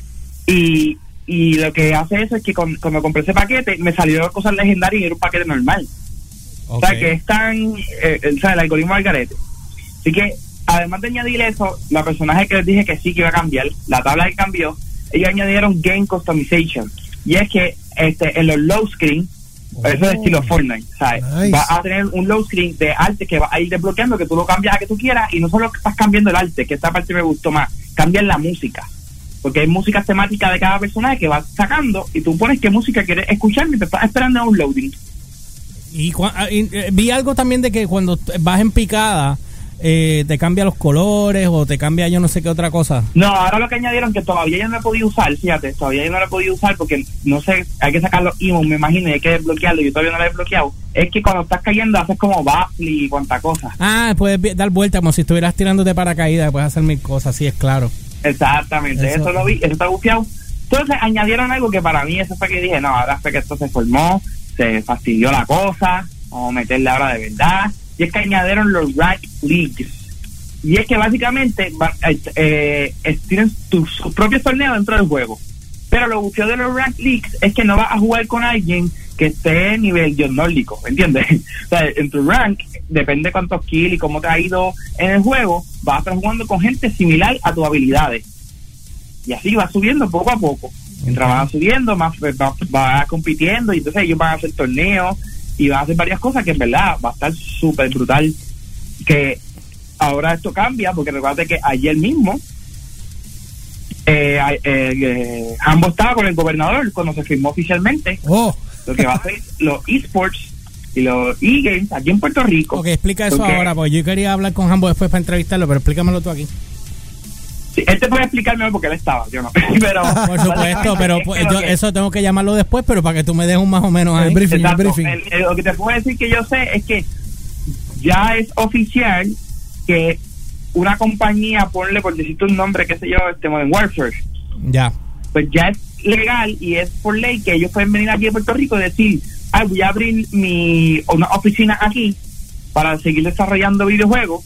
y, y lo que hace eso es que con, cuando compré ese paquete me salió cosas legendarias y era un paquete normal. O sea, que es tan, eh, o sea, el algoritmo del garete. Así que, además de añadir eso, la personaje que les dije que sí que iba a cambiar, la tabla que cambió, ellos añadieron Game Customization. Y es que este en los low screen, eso es estilo Fortnite, ¿sabes? Nice. Va a tener un low screen de arte que va a ir desbloqueando, que tú lo cambias a que tú quieras, y no solo que estás cambiando el arte, que esta parte me gustó más, cambian la música. Porque hay música temática de cada personaje que vas sacando, y tú pones qué música quieres escuchar mientras estás esperando un loading. Y, cua- ah, y, eh, vi algo también de que cuando t- vas en picada, eh, te cambia los colores o te cambia yo no sé qué otra cosa. No, ahora lo que añadieron que todavía yo no lo he podido usar, fíjate, todavía yo no lo he podido usar porque no sé, hay que sacar los emotes, me imagino, y hay que desbloquearlo, yo todavía no lo he desbloqueado. Es que cuando estás cayendo haces como backflip y cuanta cosa. Ah, puedes vi- dar vuelta como si estuvieras tirándote paracaídas, puedes hacer mil cosas, sí, es claro. Exactamente, eso, Eso. lo vi, eso está bufiado. Entonces añadieron algo que para mí eso fue que dije, no, ahora fue que esto se formó, se fastidió la cosa, vamos a meterle ahora de verdad. Y es que añadieron los Rank Leagues. Y es que básicamente va- eh, eh, es- tienen tus sus propios torneos dentro del juego. Pero lo bufiado de los Rank Leagues es que no vas a jugar con alguien que esté en nivel dios nórdico, ¿entiendes? O sea, en tu rank, depende cuántos kills y cómo te ha ido en el juego, vas a estar jugando con gente similar a tus habilidades. Y así vas subiendo poco a poco. Mientras vas subiendo, más pues, vas, vas compitiendo, y entonces ellos van a hacer torneos y van a hacer varias cosas que en verdad va a estar súper brutal. Que ahora esto cambia, porque recuerda que ayer mismo eh, eh, eh, ambos estaba con el gobernador cuando se firmó oficialmente Oh, lo que va a hacer los esports y los e-games aquí en Puerto Rico. ok, explica eso Porque- ahora, porque yo quería hablar con Jambo después para entrevistarlo, pero explícamelo tú aquí. Sí, él te puede explicarme porque él estaba, yo no. Pero, Por supuesto, pero es que pues, lo yo que- eso tengo que llamarlo después, pero para que tú me des un más o menos ahí. El briefing, el Exacto. briefing. El- el- lo que te puedo decir que yo sé es que ya es oficial que una compañía, ponle por decirte un nombre, qué sé yo, este Modern Warfare, Ya. pues ya es legal y es por ley que ellos pueden venir aquí a Puerto Rico y decir, ah, voy a abrir mi una oficina aquí para seguir desarrollando videojuegos,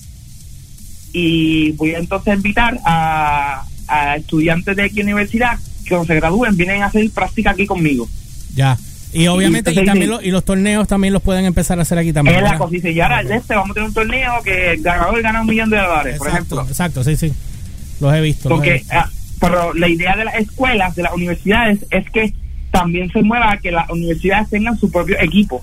y voy a entonces invitar a, a estudiantes de aquí universidad que cuando se gradúen vienen a hacer práctica aquí conmigo. Ya. Y obviamente, y entonces, también sí. los, y los torneos también los pueden empezar a hacer aquí también. Es la ¿verdad? cosa, y ahora de este vamos a tener un torneo que el ganador gana un millón de dólares, por Exacto, ejemplo. exacto, sí, sí. Los he visto. los he Porque, visto. ah, pero la idea de las escuelas, de las universidades, es que también se mueva a que las universidades tengan su propio equipo.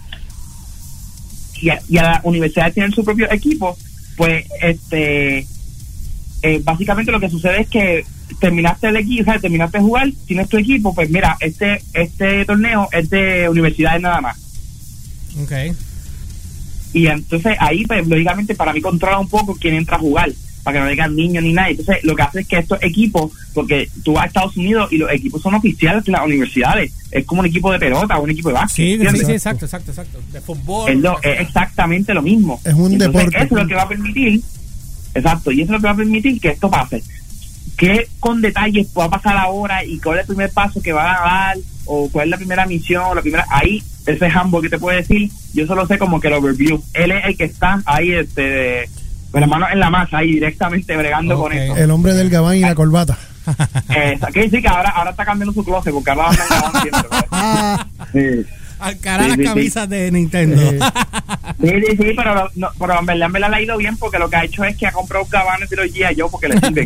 Y a, y a las universidades tienen su propio equipo, pues, este, eh, básicamente lo que sucede es que terminaste el equipo, o sea, terminaste de jugar, tienes tu equipo, pues mira, este, este torneo es de universidades nada más. Ok. Y entonces ahí, pues, lógicamente, para mí controla un poco quién entra a jugar, para que no digan niños ni nada. Entonces, lo que hace es que estos equipos, porque tú vas a Estados Unidos y los equipos son oficiales de las universidades, es como un equipo de pelota o un equipo de básquet. Sí, sí, ¿entiendes? sí, exacto, exacto, exacto. De fútbol. Es, lo- es exactamente lo mismo. Es un Entonces, deporte. Eso es lo que va a permitir, exacto, y eso es lo que va a permitir que esto pase. Que con detalles va a pasar ahora y cuál es el primer paso que va a dar, o cuál es la primera misión, o la primera, ahí, ese Hambo que te puede decir, yo solo sé como que el overview. Él es el que está ahí, este, con las manos en la masa, ahí directamente bregando Ok. con eso. El hombre del gabán y la corbata. Eh, que sí, que ahora, ahora está cambiando su closet, porque ahora anda en gabán siempre, ¿verdad? Sí. Al cara Sí, las sí, camisas de Nintendo. Eh, Sí, sí, sí, pero, no, pero en verdad me la ha ido bien porque lo que ha hecho es que ha comprado gabanes de los G I yo porque le sirven.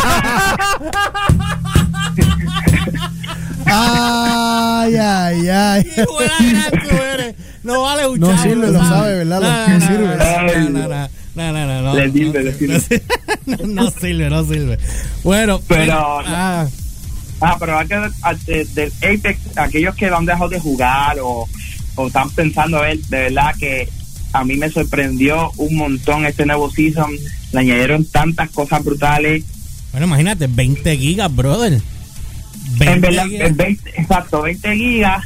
Ay, ay, ay. Qué buena gran tú eres. No vale un No chavo, sirve, lo sabe, ¿verdad? Lo No, que no, sirve. no, no, no, no, no, no, no, Le no, sirve, no, le sirve. No, no sirve, no sirve. Bueno, Pero- ah, Ah, pero hay que de, del Apex, aquellos que han dejado de jugar o, o están pensando a ver, de verdad que a mí me sorprendió un montón este nuevo season. Le añadieron tantas cosas brutales. bueno, imagínate, veinte gigas, brother. veinte En verdad, gigas. en veinte, exacto, veinte gigas.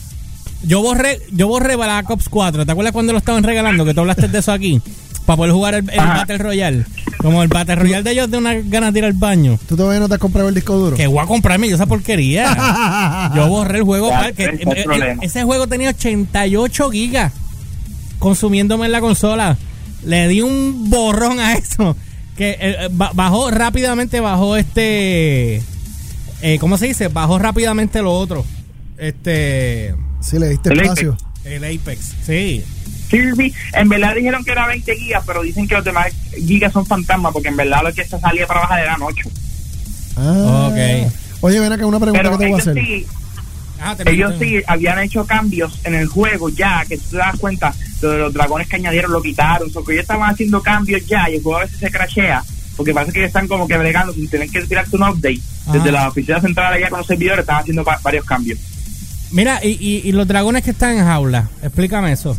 Yo borré, yo borré Black Ops cuatro. ¿Te acuerdas cuando lo estaban regalando? Que tú hablaste de eso aquí. Para poder jugar el, el Ajá. Battle Royale. Como el Battle Royale de ellos de una ganas de ir al baño. ¿Tú todavía no te has comprado el disco duro? Que voy a comprarme yo esa porquería. Yo borré el juego. Ya, pa- que, ese es el eh, eh, problema. ese juego tenía ochenta y ocho gigas consumiéndome en la consola. Le di un borrón a eso. Que eh, ba- bajó rápidamente, bajó este... Eh, ¿Cómo se dice? Bajó rápidamente lo otro. Este... Sí, le diste El espacio. El Apex, sí. Sí, sí, en verdad dijeron que era veinte gigas, pero dicen que los demás gigas son fantasmas, porque en verdad lo que se salía para bajar eran ocho. Ah. Ok. Oye, ven acá, una pregunta Pero que te voy a ellos hacer. sí, Ah, te ellos meto- sí habían hecho cambios en el juego ya, que tú te das cuenta, lo de los dragones que añadieron lo quitaron, o que ellos estaban haciendo cambios ya y el juego a veces se crashea, porque parece que ellos están como que bregando sin tener que tirarte un update. Ajá. Desde la oficina central allá con los servidores están haciendo va- varios cambios. Mira, y, y, y los dragones que están en jaula, explícame eso.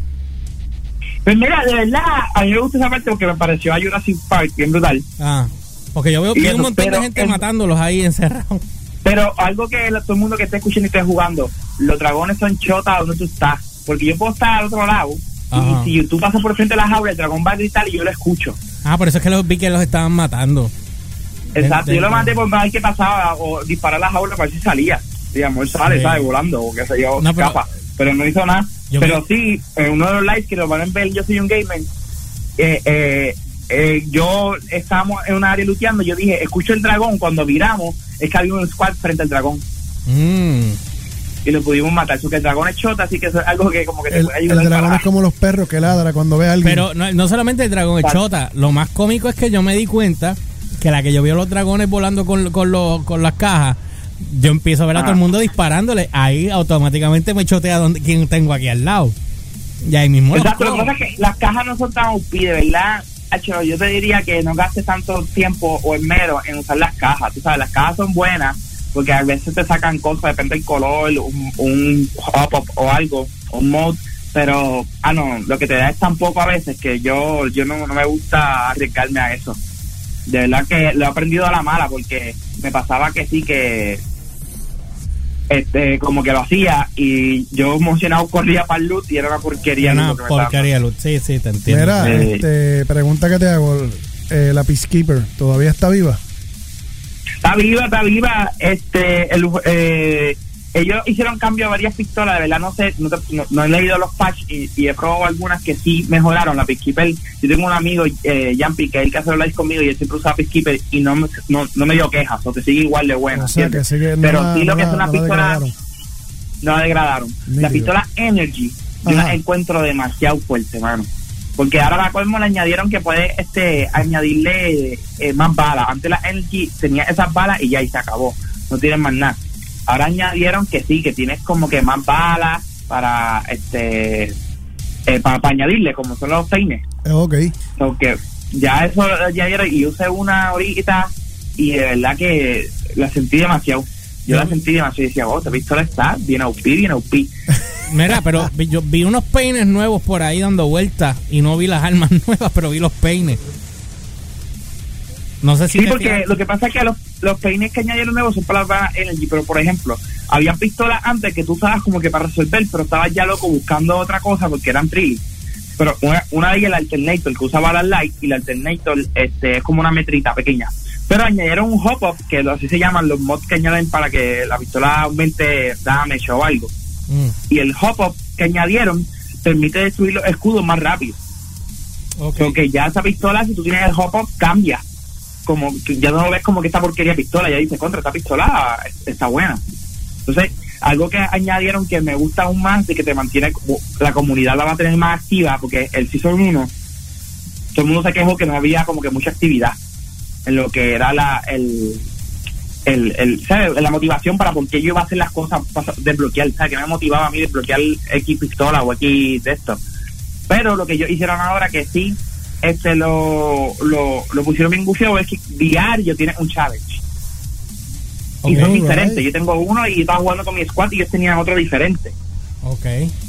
Pues mira, de verdad, a mí me gusta esa parte porque me pareció a Jurassic Park bien brutal. Ah, porque yo veo Y vi eso, un montón de pero gente el- matándolos ahí encerrados. Pero algo que la- todo el mundo que esté escuchando y esté jugando, los dragones son chotas donde tú estás. Porque yo puedo estar al otro lado Ajá. y si tú pasas por frente de la jaula, el dragón va a gritar y yo lo escucho. Ah, por eso es que los vi que los estaban matando. Exacto, De- yo lo de- mandé por ver qué pasaba o disparar la jaula para ver si salía. Digamos, él sale, Sí. ¿sabes? Volando o que se yo No, pero- escapa. Pero no hizo nada. Yo pero me- sí, en uno de los lives que lo van a ver, yo soy un gamer. Eh, eh, eh, yo estábamos en un área luteando. Yo dije, escucho el dragón. Cuando viramos, es que había un squad frente al dragón Mm. y lo pudimos matar. Porque el dragón es chota, así que eso es algo que como que te El, puede el ayudar. dragón para- es como los perros que ladra cuando ve a alguien. Pero no, no solamente el dragón es chota, lo más cómico es que yo me di cuenta que la que yo vi a los dragones volando con, con, los, con las cajas, yo empiezo a ver a Ajá. todo el mundo disparándole, ahí automáticamente me chotea donde, quién tengo aquí al lado. Y ahí mismo los Exacto, lo que cojo. pasa es que las cajas no son tan O P, de verdad. Hacho, yo te diría que no gastes tanto tiempo o esmero en usar las cajas. Tú sabes, las cajas son buenas porque a veces te sacan cosas, depende del color, un, un pop-up o algo, un mod. Pero, ah, no, lo que te da es tan poco a veces que yo yo no, no me gusta arriesgarme a eso. De verdad que lo he aprendido a la mala porque me pasaba que sí, que este como que lo hacía y yo emocionado corría para el loot y era una porquería. Una lo que me estaba porquería, Luz. Sí, sí, te entiendo. Mira, Eh. este, pregunta que te hago. Eh, la Peacekeeper, ¿todavía está viva? Está viva, está viva. Este, el, eh, ellos hicieron cambio a varias pistolas, de verdad no sé, no, te- no- no he leído los patches y, y he probado algunas que sí mejoraron. La Peacekeeper, yo tengo un amigo, eh, Jumpy, que es el que hace los lives conmigo y él siempre usa Peacekeeper y no, me- no, no me dio quejas, o que sigue igual de buena. O sea, que ¿entiendes? sigue- no Pero la- sí lo no que la- es una no la pistola, degradaron. no la degradaron. La Nítido. pistola Energy, yo Ajá. la encuentro demasiado fuerte, mano. Porque ahora la colmo le añadieron que puede este añadirle eh, más balas. Antes la Energy tenía esas balas y ya y se acabó. No tienen más nada. Ahora añadieron que sí, que tienes como que más balas para este eh, para, para añadirle, como son los peines. Eh, ok. Porque ya eso lo añadieron y usé una ahorita y de verdad que la sentí demasiado. Yo la sentí demasiado y decía, oh, esta pistola está bien O P, bien O P. Mira, pero vi- yo vi unos peines nuevos por ahí dando vueltas y no vi las armas nuevas, pero vi los peines. No sé si Sí, te porque fijas- lo que pasa es que los, los peines que añadieron nuevos son para la Balas Energy, pero por ejemplo, había pistolas antes que tú usabas como que para resolver, pero estabas ya loco buscando otra cosa porque eran trillis. Pero una, una de ellas, el Alternator, que usa balas light, y el Alternator este, es como una metrita pequeña. Pero añadieron un hop-up, que así se llaman los mods que añaden para que la pistola aumente damage o algo. Mm, Y el hop-up que añadieron permite destruir los escudos más rápido. ok. Porque ya esa pistola, si tú tienes el hop-up, cambia. Como que ya no lo ves como que esta porquería de pistola, ya dices, contra, esta pistola está buena. Entonces, algo que añadieron que me gusta aún más, de que te mantiene, la comunidad la va a tener más activa, porque el Season uno, todo el mundo se quejó que no había como que mucha actividad en lo que era la el el, el ¿sabes? La motivación para por qué yo iba a hacer las cosas, para desbloquear, ¿sabes? Que me motivaba a mí desbloquear X pistola o X de esto. Pero lo que ellos hicieron ahora, que sí este lo lo, lo pusieron bien gufiado, es que diario tienes un challenge. Okay, y son diferentes. Right. Yo tengo uno y estaba jugando con mi squad y ellos tenían otro diferente. Ok.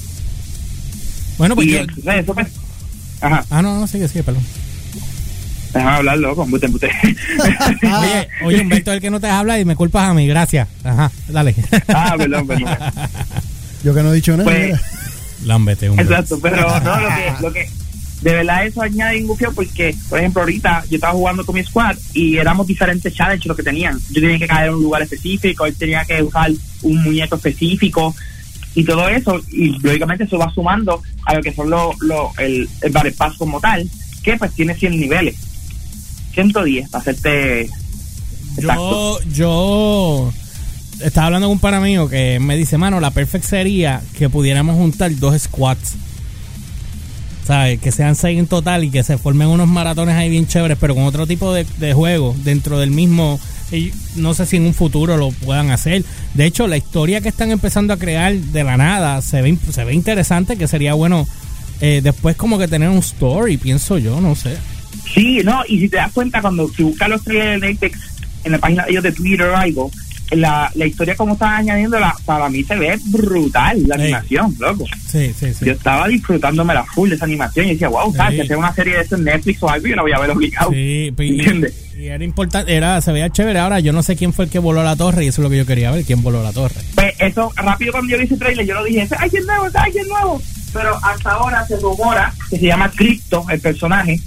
Bueno, pues y yo... el, eso pues, ajá. Ah, no, no, sigue, sigue, perdón. Déjame hablar, loco, embute, embute. Oye, oye, Humberto es el que no te habla y me culpas a mí, gracias. Ajá, dale. Ah, perdón, perdón. Yo que no he dicho nada. Pues, lámbete, Humberto. Exacto, pero no, lo que, lo que de verdad eso añade ingufio, porque, por ejemplo, ahorita yo estaba jugando con mi squad y éramos diferentes challenges los que tenían. Yo tenía que caer en un lugar específico, él tenía que usar un muñeco específico y todo eso, y lógicamente eso va sumando a lo que son los lo, el, el Battle Pass como tal, que pues tiene cien niveles, ciento diez para hacerte exacto. Yo, yo estaba hablando con un pana mío que me dice, mano, la perfect sería que pudiéramos juntar dos squads, ¿sabes? Que sean seis en total y que se formen unos maratones ahí bien chéveres, pero con otro tipo de, de juego dentro del mismo. Y no sé si en un futuro lo puedan hacer. De hecho, la historia que están empezando a crear de la nada se ve, se ve interesante, que sería bueno eh, después como que tener un story, pienso yo, no sé. Sí, no, y si te das cuenta, cuando si buscas los trailers de Apex en la página de ellos de Twitter o algo, la, la historia como están añadiendo, la, para mí se ve brutal la sí. animación, loco. Sí, sí, sí. Yo estaba disfrutándome la full de esa animación y decía, wow, sí. ¿sabes? Si hacer una serie de eso en Netflix o algo, yo la voy a ver obligado. Sí, ¿entiendes? Y, y era importante, era, se veía chévere. Ahora, yo no sé quién fue el que voló la torre y eso es lo que yo quería ver, quién voló la torre. Pues eso, rápido cuando yo vi ese trailer, yo lo dije, ¡ay, qué nuevo, ay, qué nuevo! Pero hasta ahora se rumora que se llama Crypto, el personaje.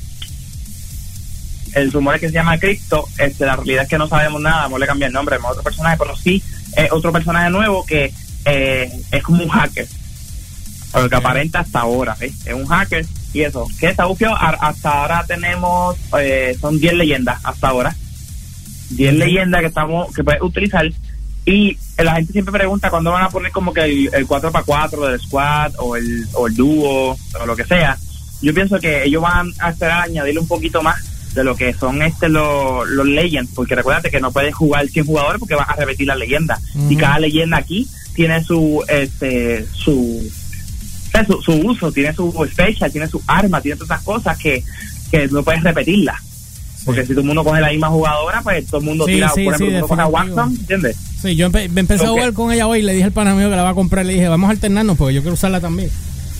El rumor es que se llama Crypto, este, la realidad es que no sabemos nada, vamos a cambiar el nombre, es otro personaje, pero sí es otro personaje nuevo que eh, es como un hacker, o lo que aparenta hasta ahora, ¿eh? Es un hacker y eso, que está bufio, hasta ahora tenemos, eh, son diez leyendas hasta ahora, diez leyendas que estamos que puedes utilizar, y la gente siempre pregunta cuándo van a poner como que el, el cuatro por cuatro del squad o el, o el dúo o lo que sea. Yo pienso que ellos van a esperar a añadirle un poquito más de lo que son este los, los Legends, porque recuérdate que no puedes jugar cien jugadores porque vas a repetir la leyenda. Uh-huh. Y cada leyenda aquí tiene su este su, su su uso, tiene su special, tiene su arma, tiene todas esas cosas que, que no puedes repetirlas. Sí. Porque si todo el mundo coge la misma jugadora, pues todo el mundo sí, tira, sí, por ejemplo, sí, uno coge a Watson, ¿entiendes? Sí, yo empe- me empecé okay. a jugar con ella hoy, le dije al pana mío que la va a comprar, le dije, vamos a alternarnos porque yo quiero usarla también.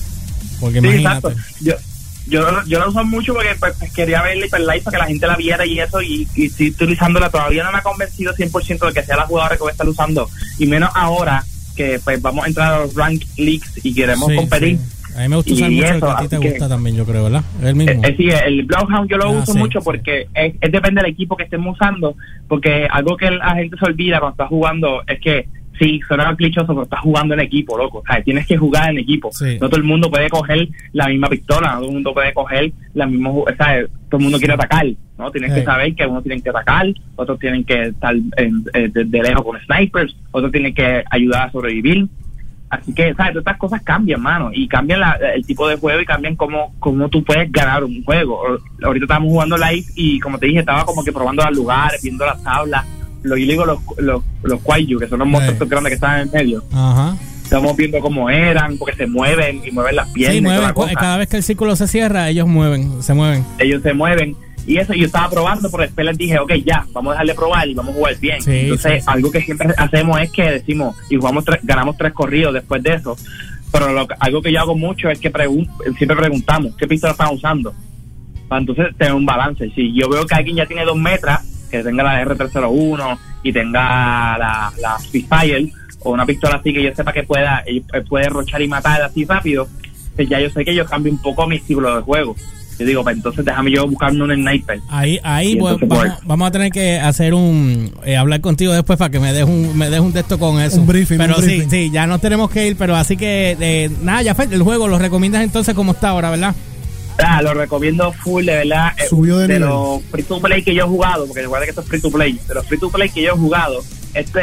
Porque sí, imagínate. Exacto. Yo, Yo, yo la uso mucho porque pues, quería verla y live para que la gente la viera y eso, y, y estoy utilizándola. Todavía no me ha convencido cien por ciento de que sea la jugadora que voy a estar usando, y menos ahora que pues vamos a entrar a los Rank Leagues y queremos sí, competir. Sí. A mí me gusta usar mucho eso, el que a ti te gusta que, también, yo creo, ¿verdad? Es el mismo. Eh, sí, el Bloodhound yo lo ah, uso sí, mucho porque sí. es, es depende del equipo que estemos usando, porque algo que la gente se olvida cuando está jugando es que sí, suena clichoso, pero estás jugando en equipo, loco. O sea, tienes que jugar en equipo. Sí. No todo el mundo puede coger la misma pistola, no todo el mundo puede coger la misma... O sea, todo el mundo quiere atacar, ¿no? Tienes sí. que saber que unos tienen que atacar, otros tienen que estar en, en, de, de lejos con snipers, otros tienen que ayudar a sobrevivir. Así que, ¿sabes? Todas estas cosas cambian, mano. Y cambian la, el tipo de juego y cambian cómo, cómo tú puedes ganar un juego. Ahorita estábamos jugando live y, como te dije, estaba como que probando los lugares, viendo las tablas. Lo, yo digo los los los Quaiju, que son los monstruos sí. grandes que están en el medio. Ajá. Estamos viendo cómo eran, porque se mueven y mueven las piernas. Sí, mueven, y toda la cada vez que el círculo se cierra, ellos mueven, se mueven. Ellos se mueven. Y eso yo estaba probando, pero después les dije, ok, ya, vamos a dejarle probar y vamos a jugar bien. Sí, Entonces, sí, sí. algo que siempre hacemos es que decimos, y jugamos tres, ganamos tres corridos después de eso. Pero lo, algo que yo hago mucho es que pregun- siempre preguntamos, ¿qué pistola están usando? Para entonces tener un balance. Si yo veo que alguien ya tiene dos metras, que tenga la R tres cero uno y tenga la, la Spitfire o una pistola así que yo sepa que pueda puede rochar y matar así rápido, pues ya yo sé que yo cambio un poco mi estilo de juego. Yo digo, pues entonces déjame yo buscarme un sniper. Ahí, ahí pues, vamos, vamos a tener que hacer un eh, hablar contigo después para que me des un me des un texto con eso. Un briefing. Pero un sí, briefing. sí, ya nos tenemos que ir, pero así que eh, nada, ya fue el juego, lo recomiendas entonces como está ahora, ¿verdad? Ah, lo recomiendo full, de verdad. Subió de, de nivel. los free to play que yo he jugado, porque recuerda que esto es free to play, de los free to play que yo he jugado, este es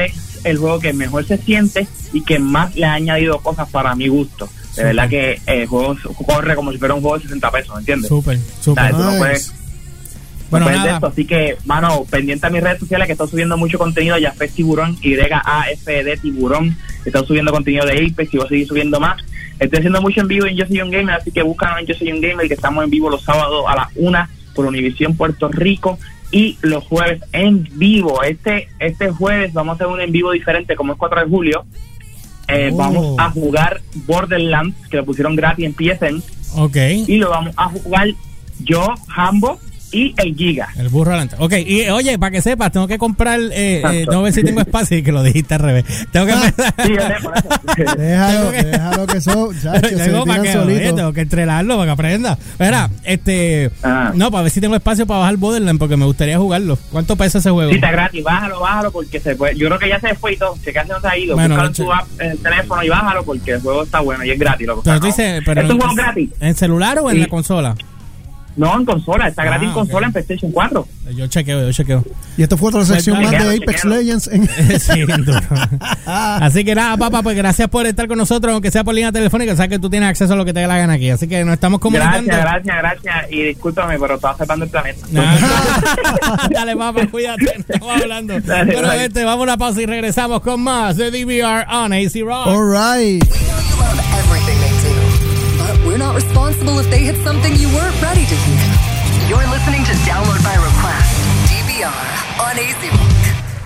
el juego que mejor se siente y que más le ha añadido cosas para mi gusto. De Super. verdad que el juego corre como si fuera un juego de sesenta pesos, ¿me entiendes? Súper, súper. O sea, tú no Nice. puedes- Bueno, Después de nada. esto, así que, mano, pendiente a mis redes sociales que estoy subiendo mucho contenido. Yafet Tiburón, Y A F D Tiburón. Estoy subiendo contenido de Apex y voy a seguir subiendo más. Estoy haciendo mucho en vivo en Yo Soy Un Gamer, así que búscanos en Yo Soy Un Gamer, que estamos en vivo los sábados a las una por Univisión Puerto Rico y los jueves en vivo. Este este jueves vamos a hacer un en vivo diferente, como es cuatro de julio. Eh, Oh. Vamos a jugar Borderlands, que lo pusieron gratis en P S N. Ok. Y lo vamos a jugar yo, Hambo y el Giga. El burro adelante. Ok, y oye, para que sepas, tengo que comprar, eh, eh, Exacto. no ver si tengo espacio, y que lo dijiste al revés. Tengo que Déjalo, déjalo que eso, chacho, se tengo, para tiran que, oye, solito. tengo que entrenarlo para que aprenda. Mira, este, Ah. no, para ver si tengo espacio para bajar Borderlands, porque me gustaría jugarlo. ¿Cuánto pesa ese juego? Sí, está gratis, bájalo, bájalo, porque se puede. Yo creo que ya se fue y todo. Si casi no se ha ido, Bueno, búscalo en che- tu app, en el teléfono y bájalo, porque el juego está bueno y es gratis. Loco. Pero O tú sea, dices, no. pero ¿Es un juego gratis? ¿en celular o en Sí. la consola? No, en consola, está gratis Ah, en consola ok. en PlayStation cuatro. Yo chequeo, yo chequeo. Y esto fue otra sección Pues, más de chequealo, Apex chequealo. Legends. En... Sí, duro. Así que nada, papá, pues gracias por estar con nosotros, aunque sea por línea telefónica. Sabes que tú tienes acceso a lo que te dé la gana aquí. Así que nos estamos comunicando. Gracias, gracias, gracias. Y discúlpame, pero estaba aceptando el planeta. Nah. Dale, papá, cuídate. Estamos hablando. Dale, Pero bye. este, vamos a una pausa y regresamos con más de D V R on A C Rock. All right. Everything they do. But we're not responsible if they hit something you weren't ready to hear. You're listening to Download by Request, D V R, on A C Rock.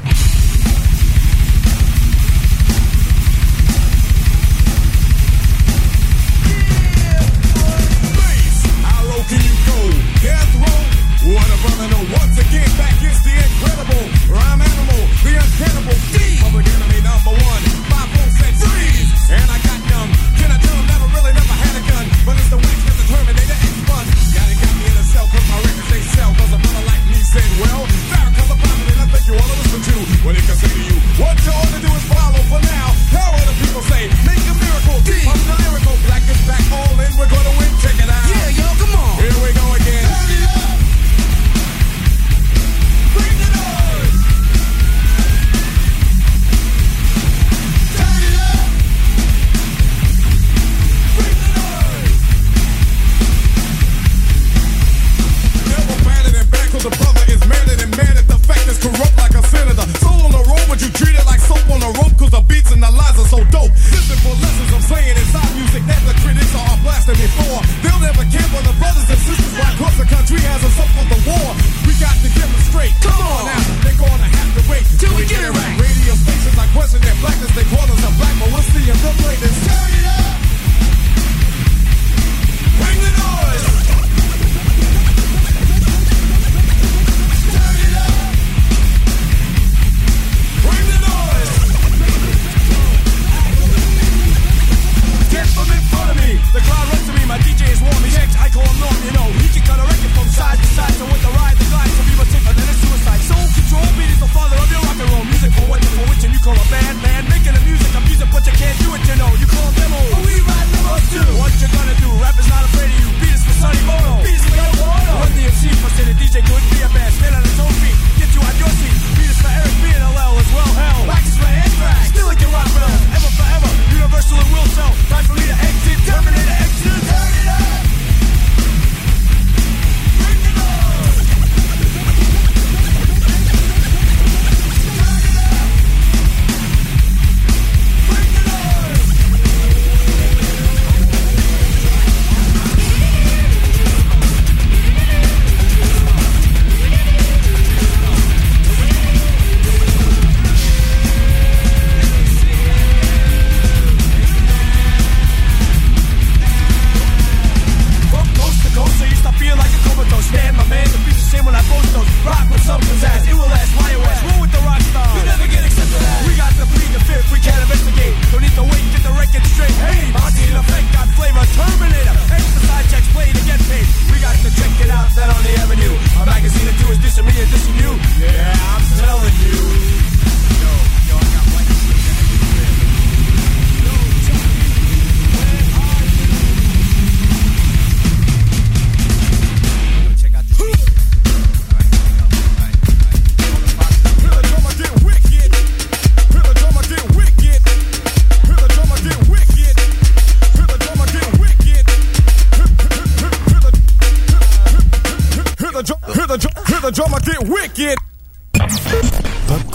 How low can you go? Death row? What a brother know. Once again, back is the incredible rhyme animal, the uncannibal D. Public enemy number one. Five four said freeze, and I got numb. Can I tell him that I really never had a gun? But it's the wax that the Terminator X fun. Gotta got me in a cell 'cause my records they sell. 'Cause a brother like me said, well, Farrakhan's a prophet and I think you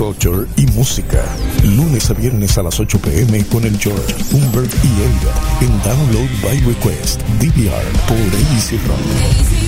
culture y música. Lunes a viernes a las ocho pm con el George, Humbert y Elliot en Download by Request D V R por A Z Rock.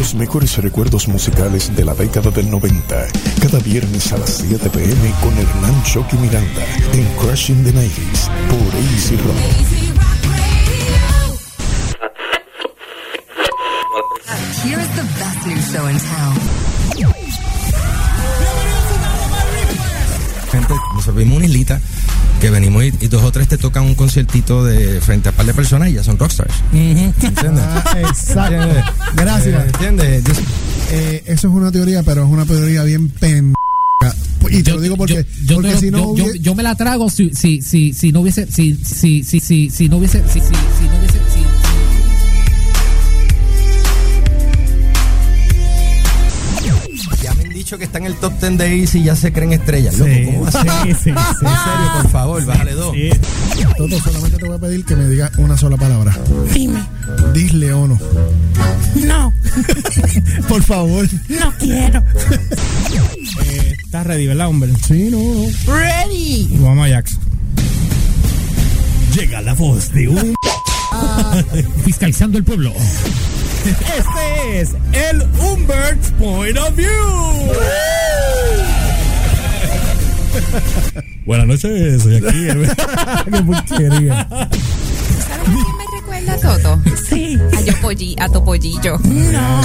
Los mejores recuerdos musicales de la década del noventa. Cada viernes a las siete pm con Hernán Shoki Miranda en Crushing the nineties por A C Rock. Here's the best new show in town. Gente, nos servimos una islita que venimos y, y dos o tres te tocan un conciertito de frente a un par de personas y ya son rockstars. ¿Entiendes? Ah, exacto. ¿Entiendes? Gracias. Eh, ¿Entiendes? Yo- Eh, eso es una teoría, pero es una teoría bien pen. Y te Yo- lo digo porque, yo, yo porque te lo- si no yo, yo- hubie- yo me la trago si si si si no hubiese si si si si si no hubiese si si si no hubiese si Ya me han dicho que está en el top ten de Easy y ya se creen estrellas. Loco, Sí, ¿cómo va a ser? sí, sí, sí. En serio, por favor, bájale dos. Sí. Toto, solamente te voy a pedir que me digas una sola palabra. Dime. Disle o no. No, Por favor. no quiero. Eh, ¿Estás ready, verdad, hombre? Sí, no, no. Ready. Vamos a Jax. Llega la voz de un... fiscalizando el pueblo. Este es el Humbert's Point of View. Buenas noches, soy aquí. Qué porquería. ¿Sabes a quién me recuerda, Toto? Sí. A yo polli, a tu pollillo. No.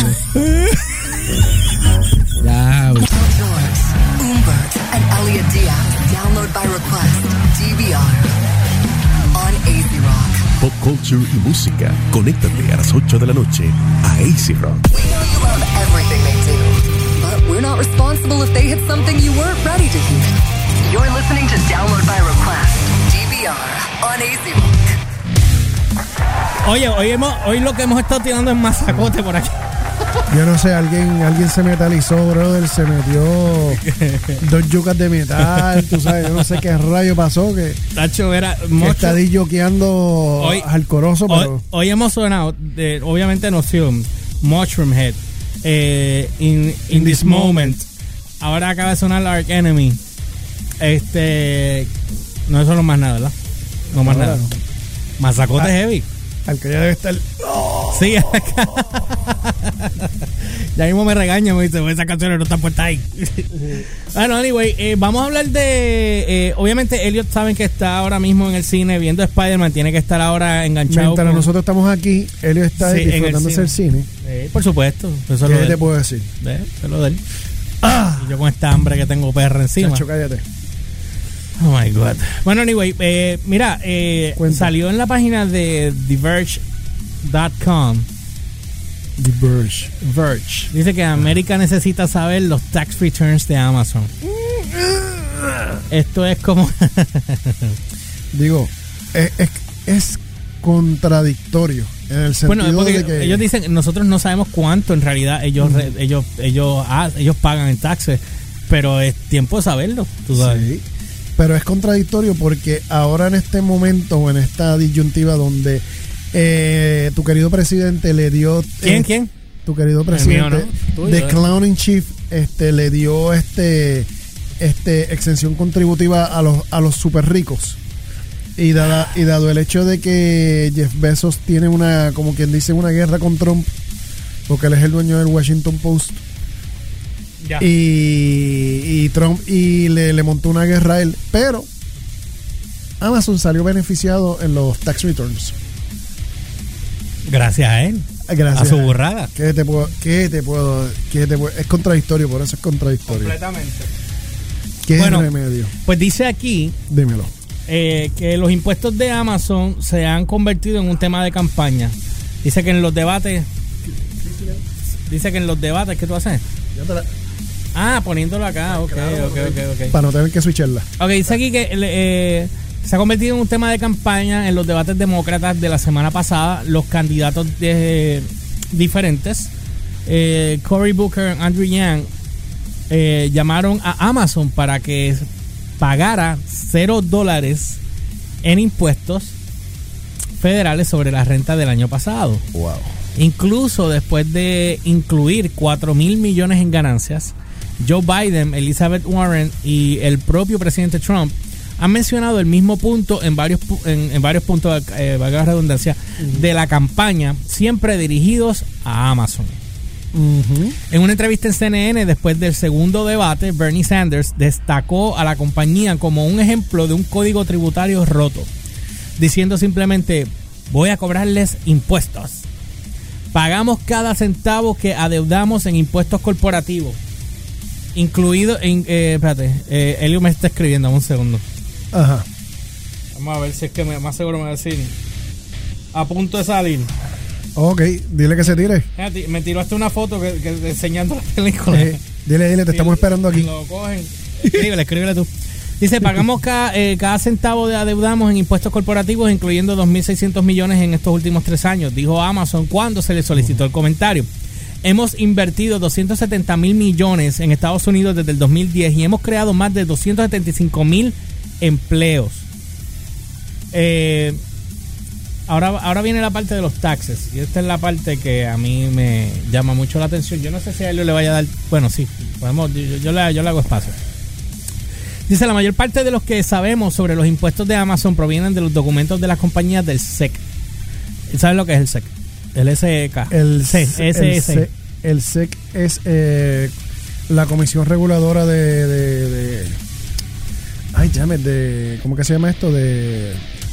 Ya, güey. George, Umbert, and Elliot Diaz. Download by request. D V R. On A C Rock. Pop culture y música. Conéctate a las ocho de la noche a A C Rock. We know you love everything they do, but we're not responsible if they hit something you weren't ready to hear. You're listening to Download by Request. D V R. On A C Rock. Oye, hoy, hemos, hoy lo que hemos estado tirando es masacote por aquí. Yo no sé, alguien, alguien se metalizó, brother, se metió dos yucas de metal, tú sabes, yo no sé qué rayo pasó, que, Tacho, era que Mocho. está disjoqueando Hoy- alcoroso, Hoy, pero hoy hemos sonado, de, obviamente Noción, Mushroom Head, eh, in, in This Moment. Ahora acaba de sonar Arch Enemy. Este. No es solo más nada, ¿verdad? No más Ahora nada. no. Masacote Ah. heavy. al que ya debe estar... Sí, ya mismo me regaña, me dice, esas canciones no están puestas ahí. Bueno, anyway, eh, vamos a hablar de... Eh, obviamente, Elliot saben que está ahora mismo en el cine viendo Spider-Man, tiene que estar ahora enganchado. Mientras con- nosotros estamos aquí, Elio está Sí, en el disfrutándose el cine. Eh, por supuesto. Eso es lo ¿Qué de te él. puedo decir? Ve, eso es lo de él. Y yo con esta hambre que tengo perra encima. Chacho, cállate. Oh my God. Bueno, anyway, eh, mira, eh, salió en la página de The Verge punto com. The Verge. Verge. Dice que América necesita saber los tax returns de Amazon. Esto es como... Digo, es, es, es contradictorio en el sentido Bueno, porque de que... ellos dicen, nosotros no sabemos cuánto en realidad ellos re- ellos ellos ah, ellos pagan en taxes, pero es tiempo de saberlo, tú sabes. Sí, pero es contradictorio porque ahora en este momento o en esta disyuntiva donde eh, tu querido presidente le dio... ¿Quién, eh, quién? Tu querido El presidente, mío, ¿no? Tuyo, The eh. Clown in Chief, este, le dio este, este exención contributiva a los, a los super ricos. Y, dada, y dado el hecho de que Jeff Bezos tiene una, como quien dice, una guerra con Trump, porque él es el dueño del Washington Post, Ya. y, y Trump y le, le montó una guerra a él, pero Amazon salió beneficiado en los tax returns. Gracias a él. Gracias a su burrada. ¿Qué te puedo, qué te puedo, qué te puedo- es contradictorio, por eso es contradictorio. Completamente. ¿Qué Bueno, remedio? Pues dice aquí Dímelo. eh, que los impuestos de Amazon se han convertido en un tema de campaña. Dice que en los debates dice que en los debates ¿qué tú haces? Ah, poniéndolo acá, ok, ok, ok, ok. Para no tener que switcharla. Ok, dice aquí que eh, se ha convertido en un tema de campaña en los debates demócratas de la semana pasada. Los candidatos de, diferentes, eh, Cory Booker, Andrew Yang, eh, llamaron a Amazon para que pagara cero dólares en impuestos federales sobre la renta del año pasado. Wow. Incluso después de incluir cuatro mil millones en ganancias, Joe Biden, Elizabeth Warren y el propio presidente Trump han mencionado el mismo punto en varios pu- en, en varios puntos, eh, valga la redundancia, de la campaña, siempre dirigidos a Amazon. Uh-huh. En una entrevista en C N N después del segundo debate, Bernie Sanders destacó a la compañía como un ejemplo de un código tributario roto, diciendo simplemente: voy a cobrarles impuestos. Pagamos cada centavo que adeudamos en impuestos corporativos, incluido en... Eh, espérate, eh, Elio me está escribiendo, dame un segundo. Ajá. Vamos a ver si es que me, más seguro me va a decir: a punto de salir. Ok, dile que se tire. Fíjate, me tiró hasta una foto que, que enseñando la película. Eh, dile, dile, te estamos esperando aquí. Lo cogen. Escríbele, escríbele tú. Dice: pagamos cada, eh, cada centavo de adeudamos en impuestos corporativos, incluyendo dos mil seiscientos millones en estos últimos tres años, dijo Amazon cuando se le solicitó el comentario. Hemos invertido doscientos setenta mil millones en Estados Unidos desde el dos mil diez y hemos creado más de doscientos setenta y cinco mil empleos. Eh, ahora, ahora viene la parte de los taxes, y esta es la parte que a mí me llama mucho la atención. Yo no sé si a él le vaya a dar... Bueno, sí, podemos, yo, yo, le, yo le hago espacio. Dice: la mayor parte de los que sabemos sobre los impuestos de Amazon provienen de los documentos de las compañías del S E C. ¿Sabes lo que es el S E C? El S E K. El C, el, C, el S E C es eh, la Comisión Reguladora de, de, de ay, llame, de ¿cómo que se llama esto? De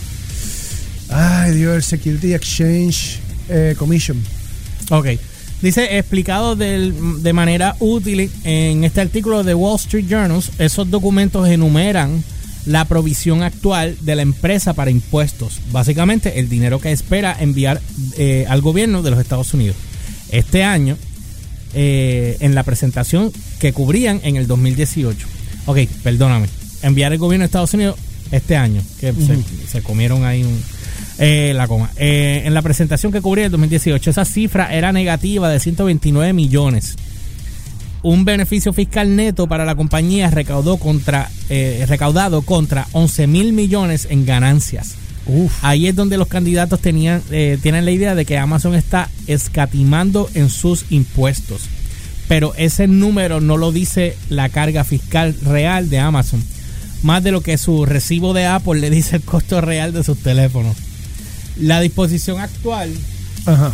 ay, Dios, el Security Exchange eh, Commission. Ok. Dice, explicado del, de manera útil en este artículo de Wall Street Journal, esos documentos enumeran la provisión actual de la empresa para impuestos. Básicamente, el dinero que espera enviar eh, al gobierno de los Estados Unidos. Este año, eh, en la presentación que cubrían en el dos mil dieciocho. Ok, perdóname. Enviar al gobierno de Estados Unidos este año, que uh-huh. se, se comieron ahí un... Eh, la coma. Eh, en la presentación que cubría el dos mil dieciocho, esa cifra era negativa de ciento veintinueve millones. Un beneficio fiscal neto para la compañía recaudó contra, eh, recaudado contra once mil millones en ganancias. Uf. Ahí es donde los candidatos tenían, eh, tienen la idea de que Amazon está escatimando en sus impuestos. Pero ese número no lo dice la carga fiscal real de Amazon, más de lo que su recibo de Apple le dice el costo real de sus teléfonos. La disposición actual Ajá.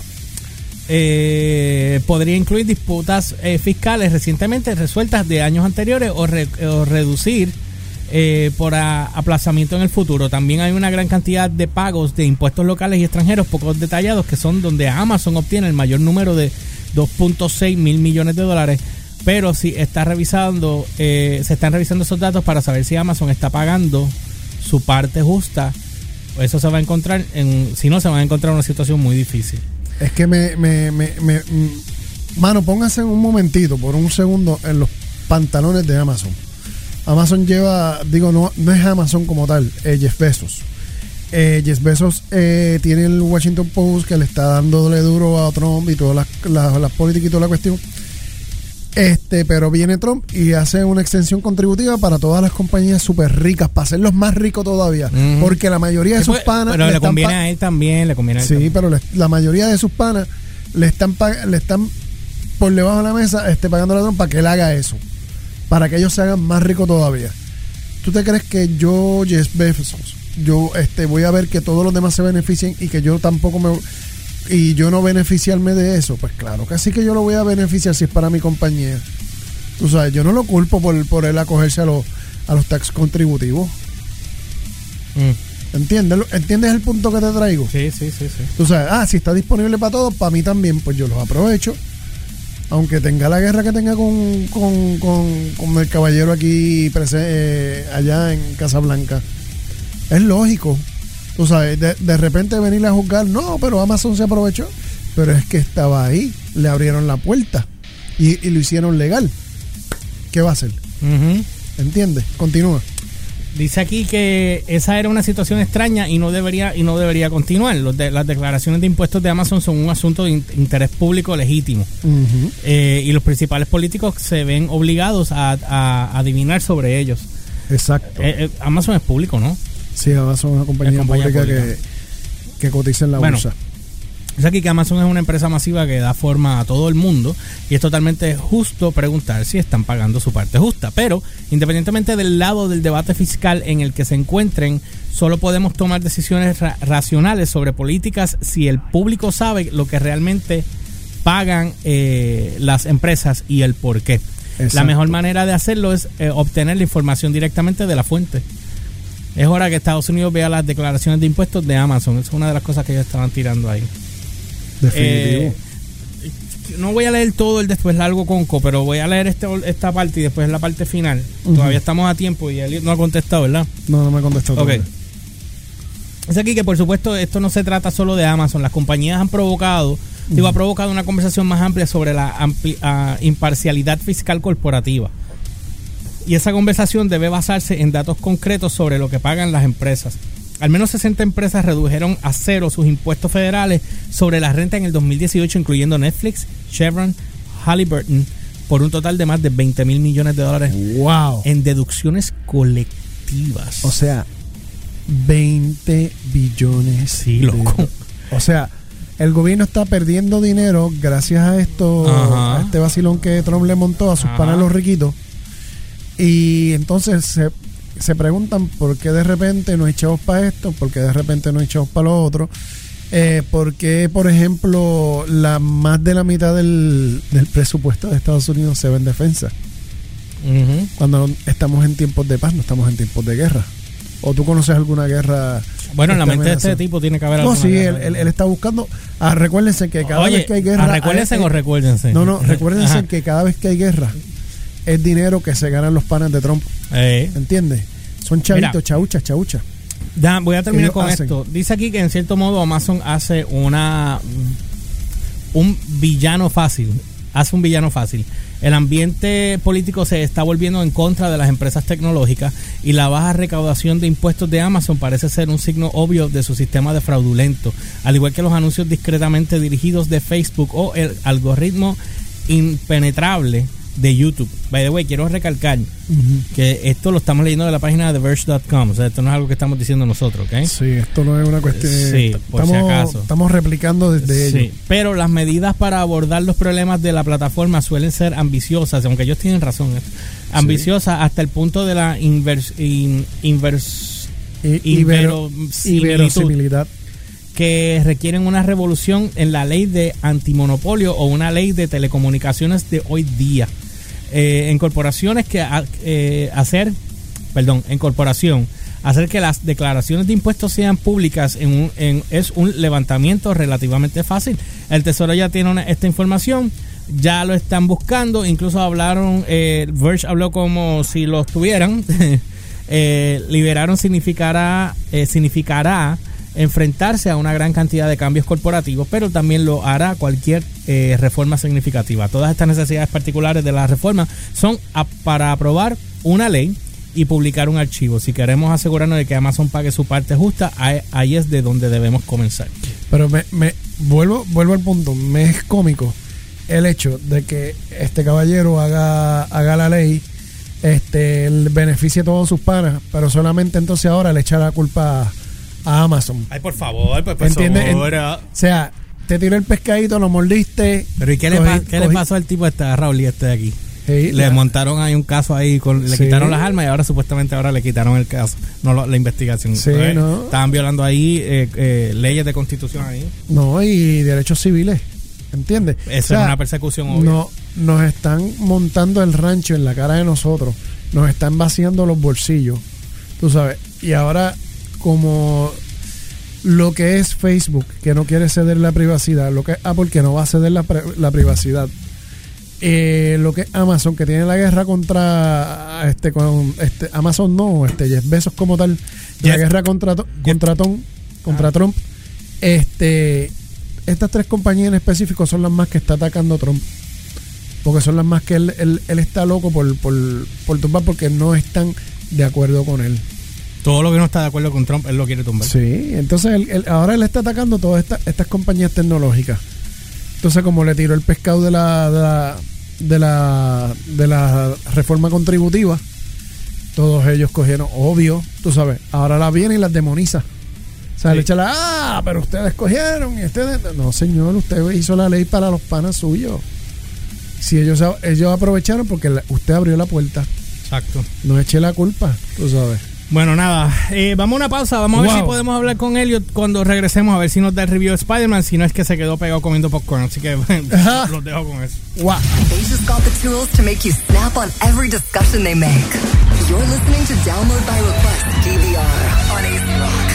Eh, podría incluir disputas eh, fiscales recientemente resueltas de años anteriores o, re, o reducir eh, por a, aplazamiento en el futuro. También hay una gran cantidad de pagos de impuestos locales y extranjeros poco detallados, que son donde Amazon obtiene el mayor número de dos punto seis mil millones de dólares. Pero si está revisando, eh, se están revisando esos datos para saber si Amazon está pagando su parte justa. Eso se va a encontrar, en, si no, se va a encontrar una situación muy difícil. Es que me, me, me, me, me mano, póngase un momentito, por un segundo, en los pantalones de Amazon. Amazon lleva, digo, no, no es Amazon como tal, es Jeff Bezos. Eh, Jeff Bezos eh, tiene el Washington Post que le está dándole duro a Trump y todas las, las, las políticas y toda la cuestión. Este, pero viene Trump y hace una extensión contributiva para todas las compañías súper ricas, para hacerlos más ricos todavía. Uh-huh. Porque la mayoría de sus panas. Pero le, le conviene pa- a él también, le conviene a él Sí, también. pero le, la mayoría de sus panas le están, pag- le están por debajo de la mesa este, pagando a Trump para que él haga eso. Para que ellos se hagan más ricos todavía. ¿Tú te crees que yo, Jeff Bezos, yo este, voy a ver que todos los demás se beneficien y que yo tampoco me. Y yo no beneficiarme de eso? Pues claro, casi que yo lo voy a beneficiar si es para mi compañía. Tú sabes, yo no lo culpo por, por él acogerse a los, a los tax contributivos. Mm. ¿Entiendes? ¿Entiendes el punto que te traigo? Sí, sí, sí, sí. Tú sabes, ah, si está disponible para todos, para mí también, pues yo los aprovecho. Aunque tenga la guerra que tenga con, con, con, con el caballero aquí prese, eh, allá en Casablanca. Es lógico. Tú sabes, de, de repente venirle a juzgar, no, pero Amazon se aprovechó. Pero es que estaba ahí, le abrieron la puerta y, y lo hicieron legal. ¿Qué va a hacer? Uh-huh. ¿Entiendes? Continúa. Dice aquí que esa era una situación extraña y no debería y no debería continuar. Los de, las declaraciones de impuestos de Amazon son un asunto de in, interés público legítimo. Uh-huh. Eh, y los principales políticos se ven obligados a, a, a adivinar sobre ellos. Exacto. Eh, eh, Amazon es público, ¿no? Sí, Amazon es una compañía, es compañía pública, pública. Que, que cotiza en la bueno, bolsa. Es aquí que Amazon es una empresa masiva que da forma a todo el mundo y es totalmente justo preguntar si están pagando su parte justa. Pero, independientemente del lado del debate fiscal en el que se encuentren, solo podemos tomar decisiones ra- racionales sobre políticas si el público sabe lo que realmente pagan eh, las empresas y el por qué. Exacto. La mejor manera de hacerlo es eh, obtener la información directamente de la fuente. Es hora que Estados Unidos vea las declaraciones de impuestos de Amazon. Es una de las cosas que ellos estaban tirando ahí. Definitivo. Eh, no voy a leer todo el después largo conco, pero voy a leer este, esta parte y después la parte final. Uh-huh. Todavía estamos a tiempo y él no ha contestado, ¿verdad? No, no me ha contestado. Ok. Es aquí que por supuesto esto no se trata solo de Amazon. Las compañías han provocado, uh-huh. digo, ha provocado una conversación más amplia sobre la ampli, uh, imparcialidad fiscal corporativa. Y esa conversación debe basarse en datos concretos sobre lo que pagan las empresas. Al menos sesenta empresas redujeron a cero sus impuestos federales sobre la renta en el dos mil dieciocho, incluyendo Netflix, Chevron, Halliburton, por un total de más de veinte mil millones de dólares. ¡Wow! En deducciones colectivas. O sea, veinte billones. Sí, loco. De, o sea, el gobierno está perdiendo dinero gracias a esto, Ajá. a este vacilón que Trump le montó a sus panas los riquitos. Y entonces se, se preguntan por qué de repente no hay chavos para esto, por qué de repente no hay chavos para lo otro, eh, por qué, por ejemplo, la más de la mitad del, del presupuesto de Estados Unidos se ve en defensa. Uh-huh. Cuando estamos en tiempos de paz, no estamos en tiempos de guerra. ¿O tú conoces alguna guerra? Bueno, en la mente de este tipo tiene que haber no, alguna sí, guerra. Él, él, él está buscando. Ah, recuérdense que cada Oye, vez que hay guerra. Ah, recuérdense hay, o recuérdense. No, no, recuérdense Ajá. que cada vez que hay guerra es dinero que se ganan los panas de Trump. Eh. ¿Entiendes? Son chavitos, Mira, chauchas, chauchas. Ya, voy a terminar con hacen. esto. Dice aquí que en cierto modo Amazon hace una un villano fácil. Hace un villano fácil. El ambiente político se está volviendo en contra de las empresas tecnológicas y la baja recaudación de impuestos de Amazon parece ser un signo obvio de su sistema de fraudulento, al igual que los anuncios discretamente dirigidos de Facebook o el algoritmo impenetrable de YouTube. By the way, quiero recalcar uh-huh. que esto lo estamos leyendo de la página de The Verge punto com. O sea, esto no es algo que estamos diciendo nosotros, ¿ok? Sí, esto no es una cuestión. Sí, por estamos, si acaso. Estamos replicando desde sí, ellos. Pero las medidas para abordar los problemas de la plataforma suelen ser ambiciosas, aunque ellos tienen razón. Ambiciosas sí. hasta el punto de la invers, in, invers, inverosimilidad. Que requieren una revolución en la ley de antimonopolio o una ley de telecomunicaciones de hoy día. Eh, en corporaciones que eh, hacer, perdón, en corporación, hacer que las declaraciones de impuestos sean públicas en un, en, es un levantamiento relativamente fácil. El Tesoro ya tiene una, esta información, ya lo están buscando, incluso hablaron, eh, Verge habló como si lo tuvieran. eh, liberaron significará, eh, significará enfrentarse a una gran cantidad de cambios corporativos, pero también lo hará cualquier eh, reforma significativa. Todas estas necesidades particulares de la reforma son a, para aprobar una ley y publicar un archivo. Si queremos asegurarnos de que Amazon pague su parte justa, ahí, ahí es de donde debemos comenzar. Pero me, me vuelvo vuelvo al punto, me es cómico el hecho de que este caballero haga haga la ley, este el beneficie a todos sus panas, pero solamente entonces ahora le echa la culpa a a Amazon. Ay, por favor, pues, por ¿entiendes? favor. En, o sea, te tiró el pescadito, lo mordiste. Pero ¿y qué, cogí, le, pa- ¿qué le pasó al tipo este, a Raúl y este de aquí? Sí, le la, montaron ahí un caso ahí, con, le sí. quitaron las armas y ahora supuestamente ahora le quitaron el caso, no lo, la investigación. Sí, ¿sabes? no. Estaban violando ahí eh, eh, leyes de constitución ahí. No, y derechos civiles, ¿entiendes? Eso o sea, es una persecución obvia. No, nos están montando el rancho en la cara de nosotros, nos están vaciando los bolsillos, tú sabes, y ahora como lo que es Facebook, que no quiere ceder la privacidad, lo que es Apple, que no va a ceder la, la privacidad, eh, lo que es Amazon, que tiene la guerra contra este con este Amazon no, este Jeff Bezos como tal, Jeff. la guerra contra contra Tom, contra ah. Trump, este estas tres compañías en específico son las más que está atacando Trump, porque son las más que él, él, él está loco por, por, por tumbar, porque no están de acuerdo con él. Todo lo que no está de acuerdo con Trump, él lo quiere tumbar. Sí, entonces él, él, ahora él está atacando todas estas, estas compañías tecnológicas. Entonces, como le tiró el pescado de la de la, de la, de la reforma contributiva, todos ellos cogieron, obvio, tú sabes, ahora la viene y las demoniza. O sea, sí. le echa la, ah, pero ustedes cogieron y ustedes... No, señor, usted hizo la ley para los panas suyos. Si ellos, ellos aprovecharon porque la, usted abrió la puerta. Exacto. No eche la culpa, tú sabes. Bueno, nada, eh, vamos a una pausa, vamos a ver Wow. si podemos hablar con Elliot cuando regresemos, a ver si nos da el review de Spider-Man, si no es que se quedó pegado comiendo popcorn, así que los dejo con eso. Wow. Asia's got the tools to make you snap on every discussion they make. You're listening to Download by Request D V R on A C Rock.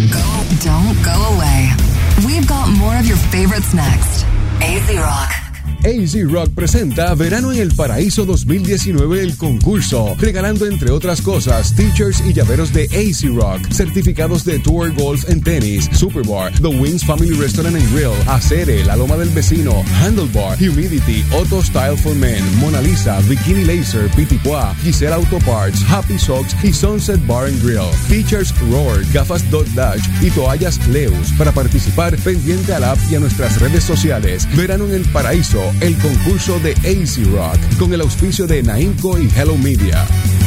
Don't go away. We've got more of your favorites next. A Z Rock. A Z Rock presenta Verano en el Paraíso dos mil diecinueve, el concurso, regalando entre otras cosas t-shirts y llaveros de A Z Rock, certificados de Tour Golf en tenis, Superbar, The Wings Family Restaurant and Grill, Acere, La Loma del Vecino, Handlebar, Humidity, Auto Style for Men, Mona Lisa, Bikini Laser, Pitipoa, Giselle Auto Parts, Happy Socks y Sunset Bar and Grill. Features Roar, gafas Dot Dash y toallas Leus. Para participar, pendiente al app y a nuestras redes sociales. Verano en el Paraíso, el concurso de A Z Rock, con el auspicio de Naimco y Hello Media.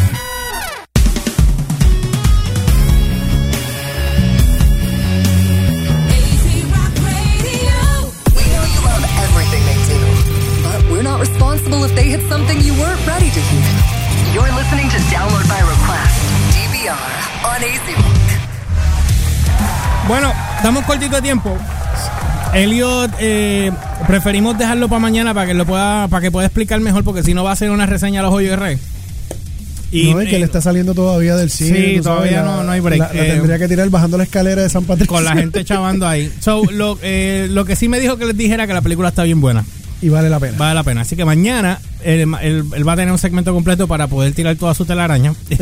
Responsible if they hit something you weren't ready to hear. You're listening to Download by Request, D V R, on A Z Rock. Bueno, estamos cortito de tiempo. Elliot, eh, preferimos dejarlo para mañana para que lo pueda, para que pueda explicar mejor, porque si no va a ser una reseña a los hoyos de rey. Y no, es que eh, le está saliendo todavía del cine. Sí, todavía no, no hay break. La, la eh, tendría que tirar bajando la escalera de San Patricio. Con la gente chavando ahí. So, lo, eh, lo que sí me dijo que les dijera que la película está bien buena. Y vale la pena. Vale la pena. Así que mañana él, él, él va a tener un segmento completo para poder tirar toda su telaraña y,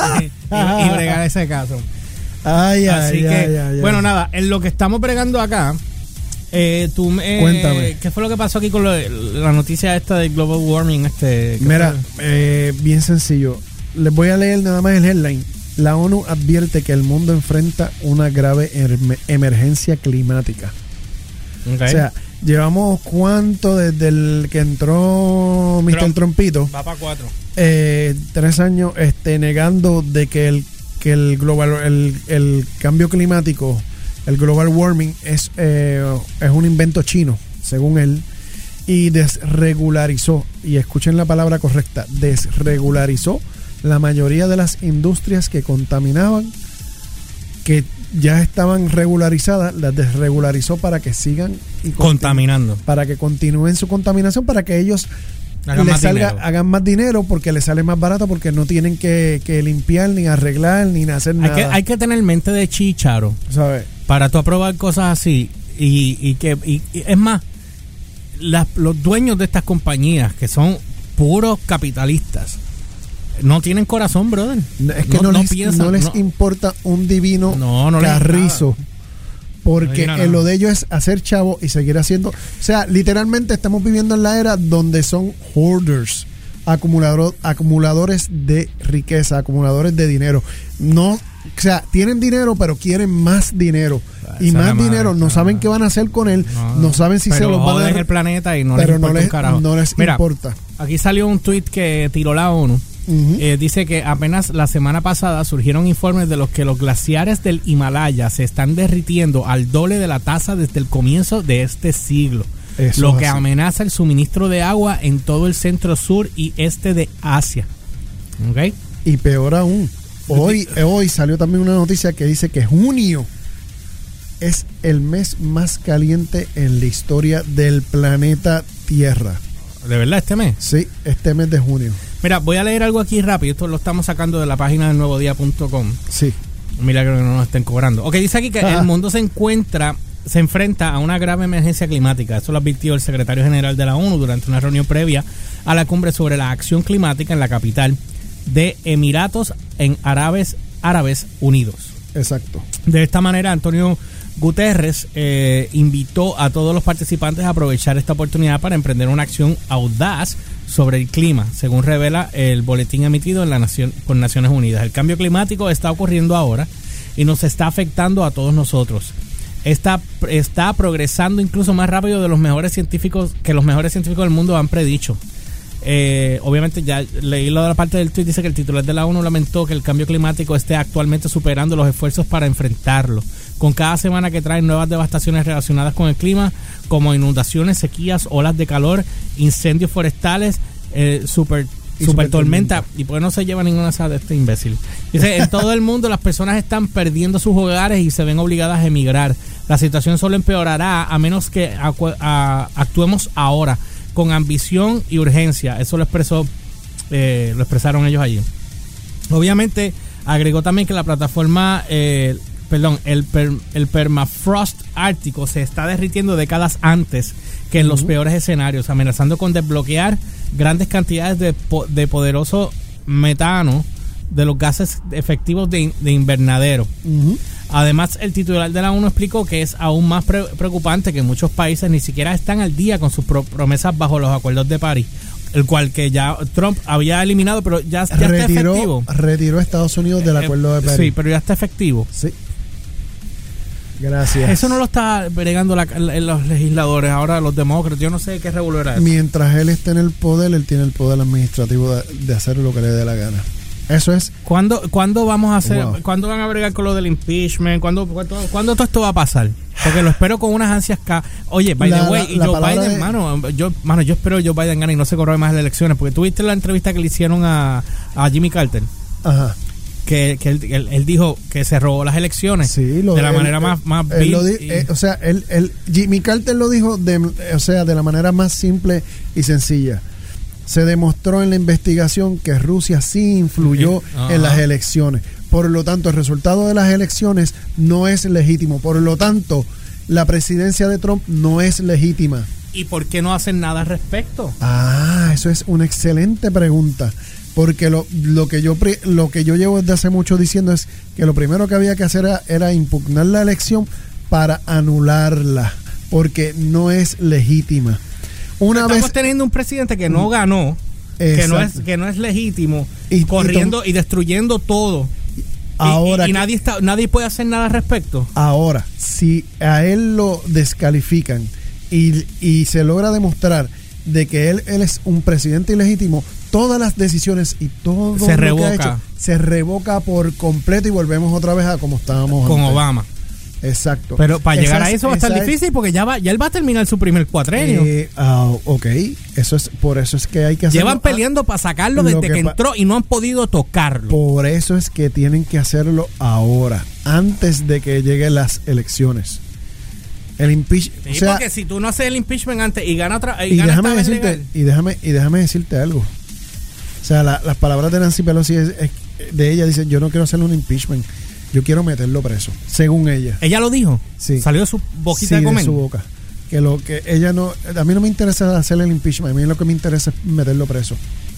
y bregar ese caso. Ay, Así ay, que, ay, ay, bueno, ay. nada, en lo que estamos bregando acá, eh, tú me, Cuéntame. ¿qué fue lo que pasó aquí con lo, la noticia esta del global warming? Este, Mira, eh, bien sencillo. Les voy a leer nada más el headline. La ONU advierte que el mundo enfrenta una grave em- emergencia climática. Okay. O sea, llevamos cuánto desde el que entró mister Trump. Trompito. Va para cuatro. Eh, tres años este, negando de que el que el global el, el cambio climático, el global warming es eh, es un invento chino, según él, y desregularizó, y escuchen la palabra correcta, desregularizó la mayoría de las industrias que contaminaban, que ya estaban regularizadas, las desregularizó para que sigan y contaminando, para que continúen su contaminación, para que ellos hagan les más salga, dinero. hagan más dinero, porque les sale más barato, porque no tienen que, que limpiar, ni arreglar, ni hacer Hay nada. que, hay que tener mente de chícharo, ¿sabes? Para tú aprobar cosas así. Y, y que y, y es más, las, los dueños de estas compañías, que son puros capitalistas, no tienen corazón, brother. Es que no, no, no les, piensan, no les no. importa un divino no, no carrizo. Porque no, no, en no. lo de ellos es hacer chavo y seguir haciendo. O sea, literalmente estamos viviendo en la era donde son hoarders, acumulador, acumuladores de riqueza, acumuladores de dinero. No, o sea, tienen dinero, pero quieren más dinero. Esa y más madre, dinero, no saben qué van a hacer con él, no, no saben si se los van a dar en el planeta y no pero les importa no les, un carajo. no les Mira, importa. Aquí salió un tweet que tiró la ONU. Uh-huh. Eh, dice que apenas la semana pasada surgieron informes de los que los glaciares del Himalaya se están derritiendo al doble de la tasa desde el comienzo de este siglo. Eso lo que así. amenaza el suministro de agua en todo el centro sur y este de Asia. ¿Okay? Y peor aún, hoy, hoy salió también una noticia que dice que junio es el mes más caliente en la historia del planeta Tierra. ¿De verdad este mes? Sí, este mes de junio. Mira, voy a leer algo aquí rápido. Esto lo estamos sacando de la página del nuevo día punto com. Sí. Mira que no nos estén cobrando. Ok, dice aquí que Ajá. el mundo se encuentra, se enfrenta a una grave emergencia climática. Eso lo advirtió el secretario general de la ONU durante una reunión previa a la cumbre sobre la acción climática en la capital de Emiratos en Árabes, Árabes Unidos. Exacto. De esta manera, Antonio Guterres eh, invitó a todos los participantes a aprovechar esta oportunidad para emprender una acción audaz sobre el clima, según revela el boletín emitido en la nación, por Naciones Unidas. El cambio climático está ocurriendo ahora y nos está afectando a todos nosotros. Está, está progresando incluso más rápido de los mejores científicos que los mejores científicos del mundo han predicho. Eh, obviamente ya leí la parte del tweet, dice que el titular de la ONU lamentó que el cambio climático esté actualmente superando los esfuerzos para enfrentarlo, con cada semana que traen nuevas devastaciones relacionadas con el clima, como inundaciones, sequías, olas de calor, incendios forestales, eh, super, super, super tormenta, y pues no se lleva ninguna de este imbécil. Dice, en todo el mundo las personas están perdiendo sus hogares y se ven obligadas a emigrar. La situación solo empeorará a menos que acu- a, actuemos ahora con ambición y urgencia. Eso lo expresó, eh, lo expresaron ellos allí. Obviamente agregó también que la plataforma, eh, perdón, el, per, el Permafrost ártico se está derritiendo décadas antes que en los Ujú. peores escenarios, amenazando con desbloquear grandes cantidades de, po- de poderoso metano de los gases efectivos de, in- de invernadero. Ujú. Además, el titular de la ONU explicó que es aún más pre- preocupante que muchos países ni siquiera están al día con sus pro- promesas bajo los acuerdos de París, el cual que ya Trump había eliminado, pero ya, ya está retiró, efectivo. retiró a Estados Unidos del Eh, acuerdo de París. Sí, pero ya está efectivo. Sí. Gracias. Eso no lo está bregando la- la- los legisladores, ahora los demócratas. Yo no sé qué revolverá eso. Mientras él esté en el poder, él tiene el poder administrativo de, de hacer lo que le dé la gana. Eso es. ¿Cuándo, ¿Cuándo vamos a hacer? Wow. ¿Cuándo van a bregar con lo del impeachment? ¿Cuándo, cuándo, cuándo todo esto va a pasar? Porque lo espero con unas ansias. Ca Oye, by La- the way, la- y la Joe palabra Biden, de- mano, yo, mano, yo espero que Joe Biden gane y no se corra más las elecciones. Porque tuviste la entrevista que le hicieron a, a Jimmy Carter. Ajá. Que, que él, él, él dijo que se robó las elecciones Sí, lo- de la él- manera más, más él vil lo di- y- eh, o sea, él, él- Jimmy Carter lo dijo de, o sea, de la manera más simple y sencilla. Se demostró en la investigación que Rusia sí influyó Ajá. en las elecciones. Por lo tanto, el resultado de las elecciones no es legítimo. Por lo tanto, la presidencia de Trump no es legítima. ¿Y por qué no hacen nada al respecto? Ah, eso es una excelente pregunta. Porque lo, lo, que yo, pri- lo que yo llevo desde hace mucho diciendo es que lo primero que había que hacer era, era impugnar la elección para anularla. Porque no es legítima. Una Estamos vez. teniendo un presidente que no ganó, que no, es, Exacto. que no es legítimo, Y- y corriendo tom- y, destruyendo todo. Y- Ahora y, y que- nadie está, nadie puede hacer nada al respecto. Ahora, si a él lo descalifican y, y se logra demostrar de que él, él es un presidente ilegítimo, todas las decisiones y todo Se lo revoca. que ha hecho se revoca por completo y volvemos otra vez a como estábamos Con antes. Obama. Exacto. Pero para Esa llegar a es- eso va a estar esa es- difícil porque ya va, ya él va a terminar su primer cuatrenio. Eh, ah, ok, eso es por eso es que hay que hacerlo. Llevan Ah, peleando para sacarlo lo desde que que, pa- entró y no han podido tocarlo. Por eso es que tienen que hacerlo ahora, antes de que lleguen las elecciones. El impeachment, Sí, o sea, porque si tú no haces el impeachment antes y gana otra y, y gana déjame esta vez decirte legal. y déjame y déjame decirte algo. O sea, la- las palabras de Nancy Pelosi es- es- de ella dice, yo no quiero hacerle un impeachment, yo quiero meterlo preso, según ella. Ella lo dijo. Sí. Salió de su boquita Sí, de de comer. su boca. Que lo que ella no, a mí no me interesa hacerle el impeachment, a mí lo que me interesa es meterlo preso.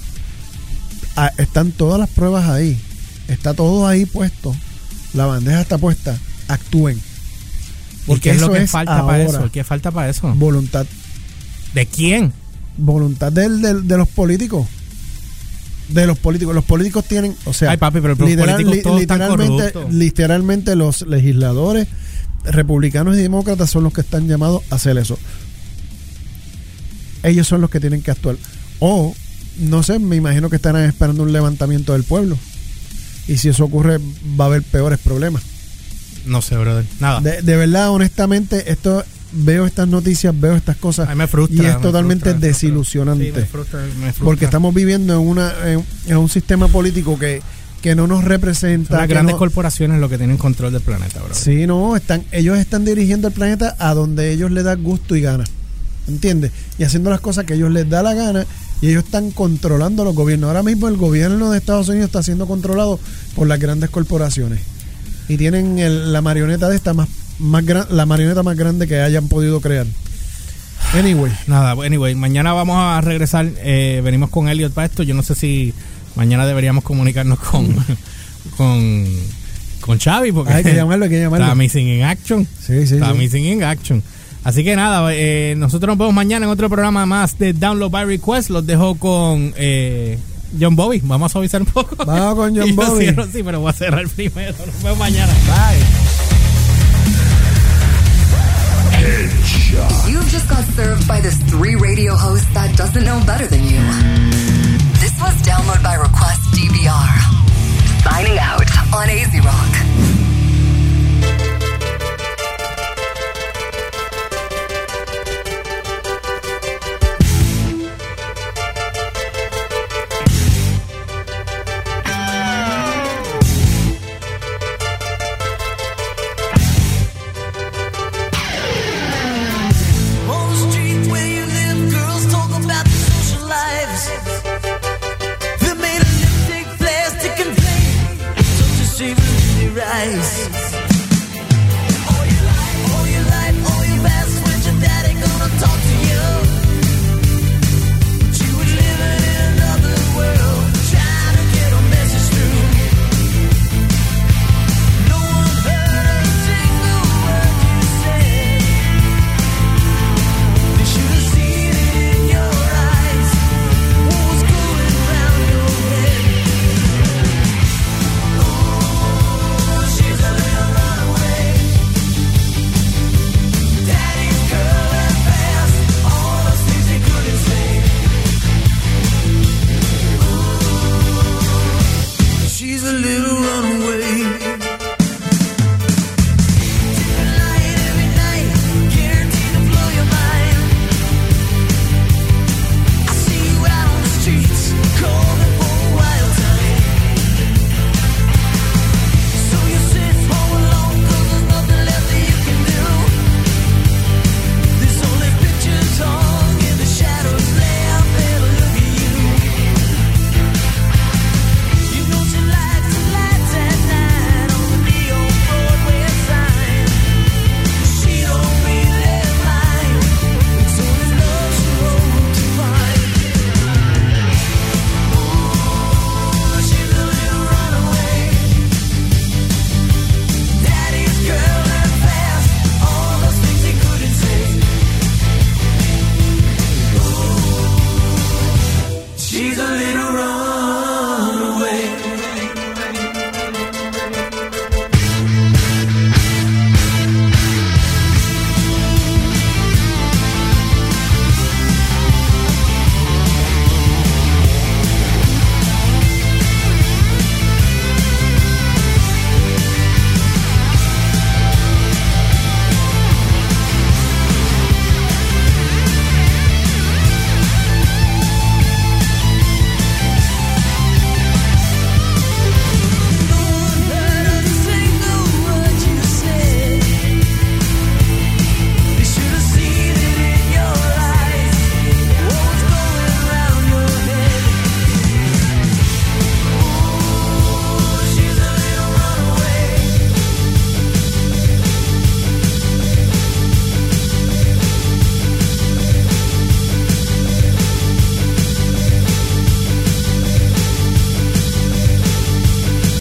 Ah, están todas las pruebas ahí, está todo ahí puesto, la bandeja está puesta, actúen. ¿Y qué es lo eso que falta para ahora. eso? ¿Qué falta para eso? Voluntad. ¿De quién? Voluntad del, del- de los políticos. De los políticos. Los políticos tienen, o sea, Ay, papi, pero los políticos todos están literalmente, corruptos. literalmente los legisladores republicanos y demócratas son los que están llamados a hacer eso. Ellos son los que tienen que actuar. O, no sé, me imagino que estarán esperando un levantamiento del pueblo. Y si eso ocurre, va a haber peores problemas. No sé, brother. Nada. De, de verdad, honestamente, esto veo estas noticias, veo estas cosas Ay, me frustra, y es me totalmente frustra, me frustra. desilusionante. Sí, me frustra, me frustra. Porque estamos viviendo en una en, en un sistema político que, que no nos representa. Son las que grandes no- corporaciones lo que tienen control del planeta, bro. Sí, no, están, ellos están dirigiendo el planeta a donde ellos les da gusto y gana. ¿Entiendes? Y haciendo las cosas que ellos les da la gana y ellos están controlando los gobiernos. Ahora mismo el gobierno de Estados Unidos está siendo controlado por las grandes corporaciones. Y tienen el- la marioneta de esta más, más gran, la marioneta más grande que hayan podido crear. Anyway. Nada, anyway, mañana vamos a regresar. Eh, venimos con Elliot para esto. Yo no sé si mañana deberíamos comunicarnos con con, con Xavi porque Hay que llamarlo, hay que llamarlo. está missing in action. Sí, sí, Está sí. missing in action. Así que nada, eh, nosotros nos vemos mañana en otro programa más de Download by Request. Los dejo con eh, John Bobby. Vamos a suavizar un poco. Vamos con John Y yo Bobby. cierro, sí, pero voy a cerrar primero. Nos vemos mañana. Bye. You've just got served by this three radio host that doesn't know better than you. This was Download by Request D V R. Signing out on A Z Rock.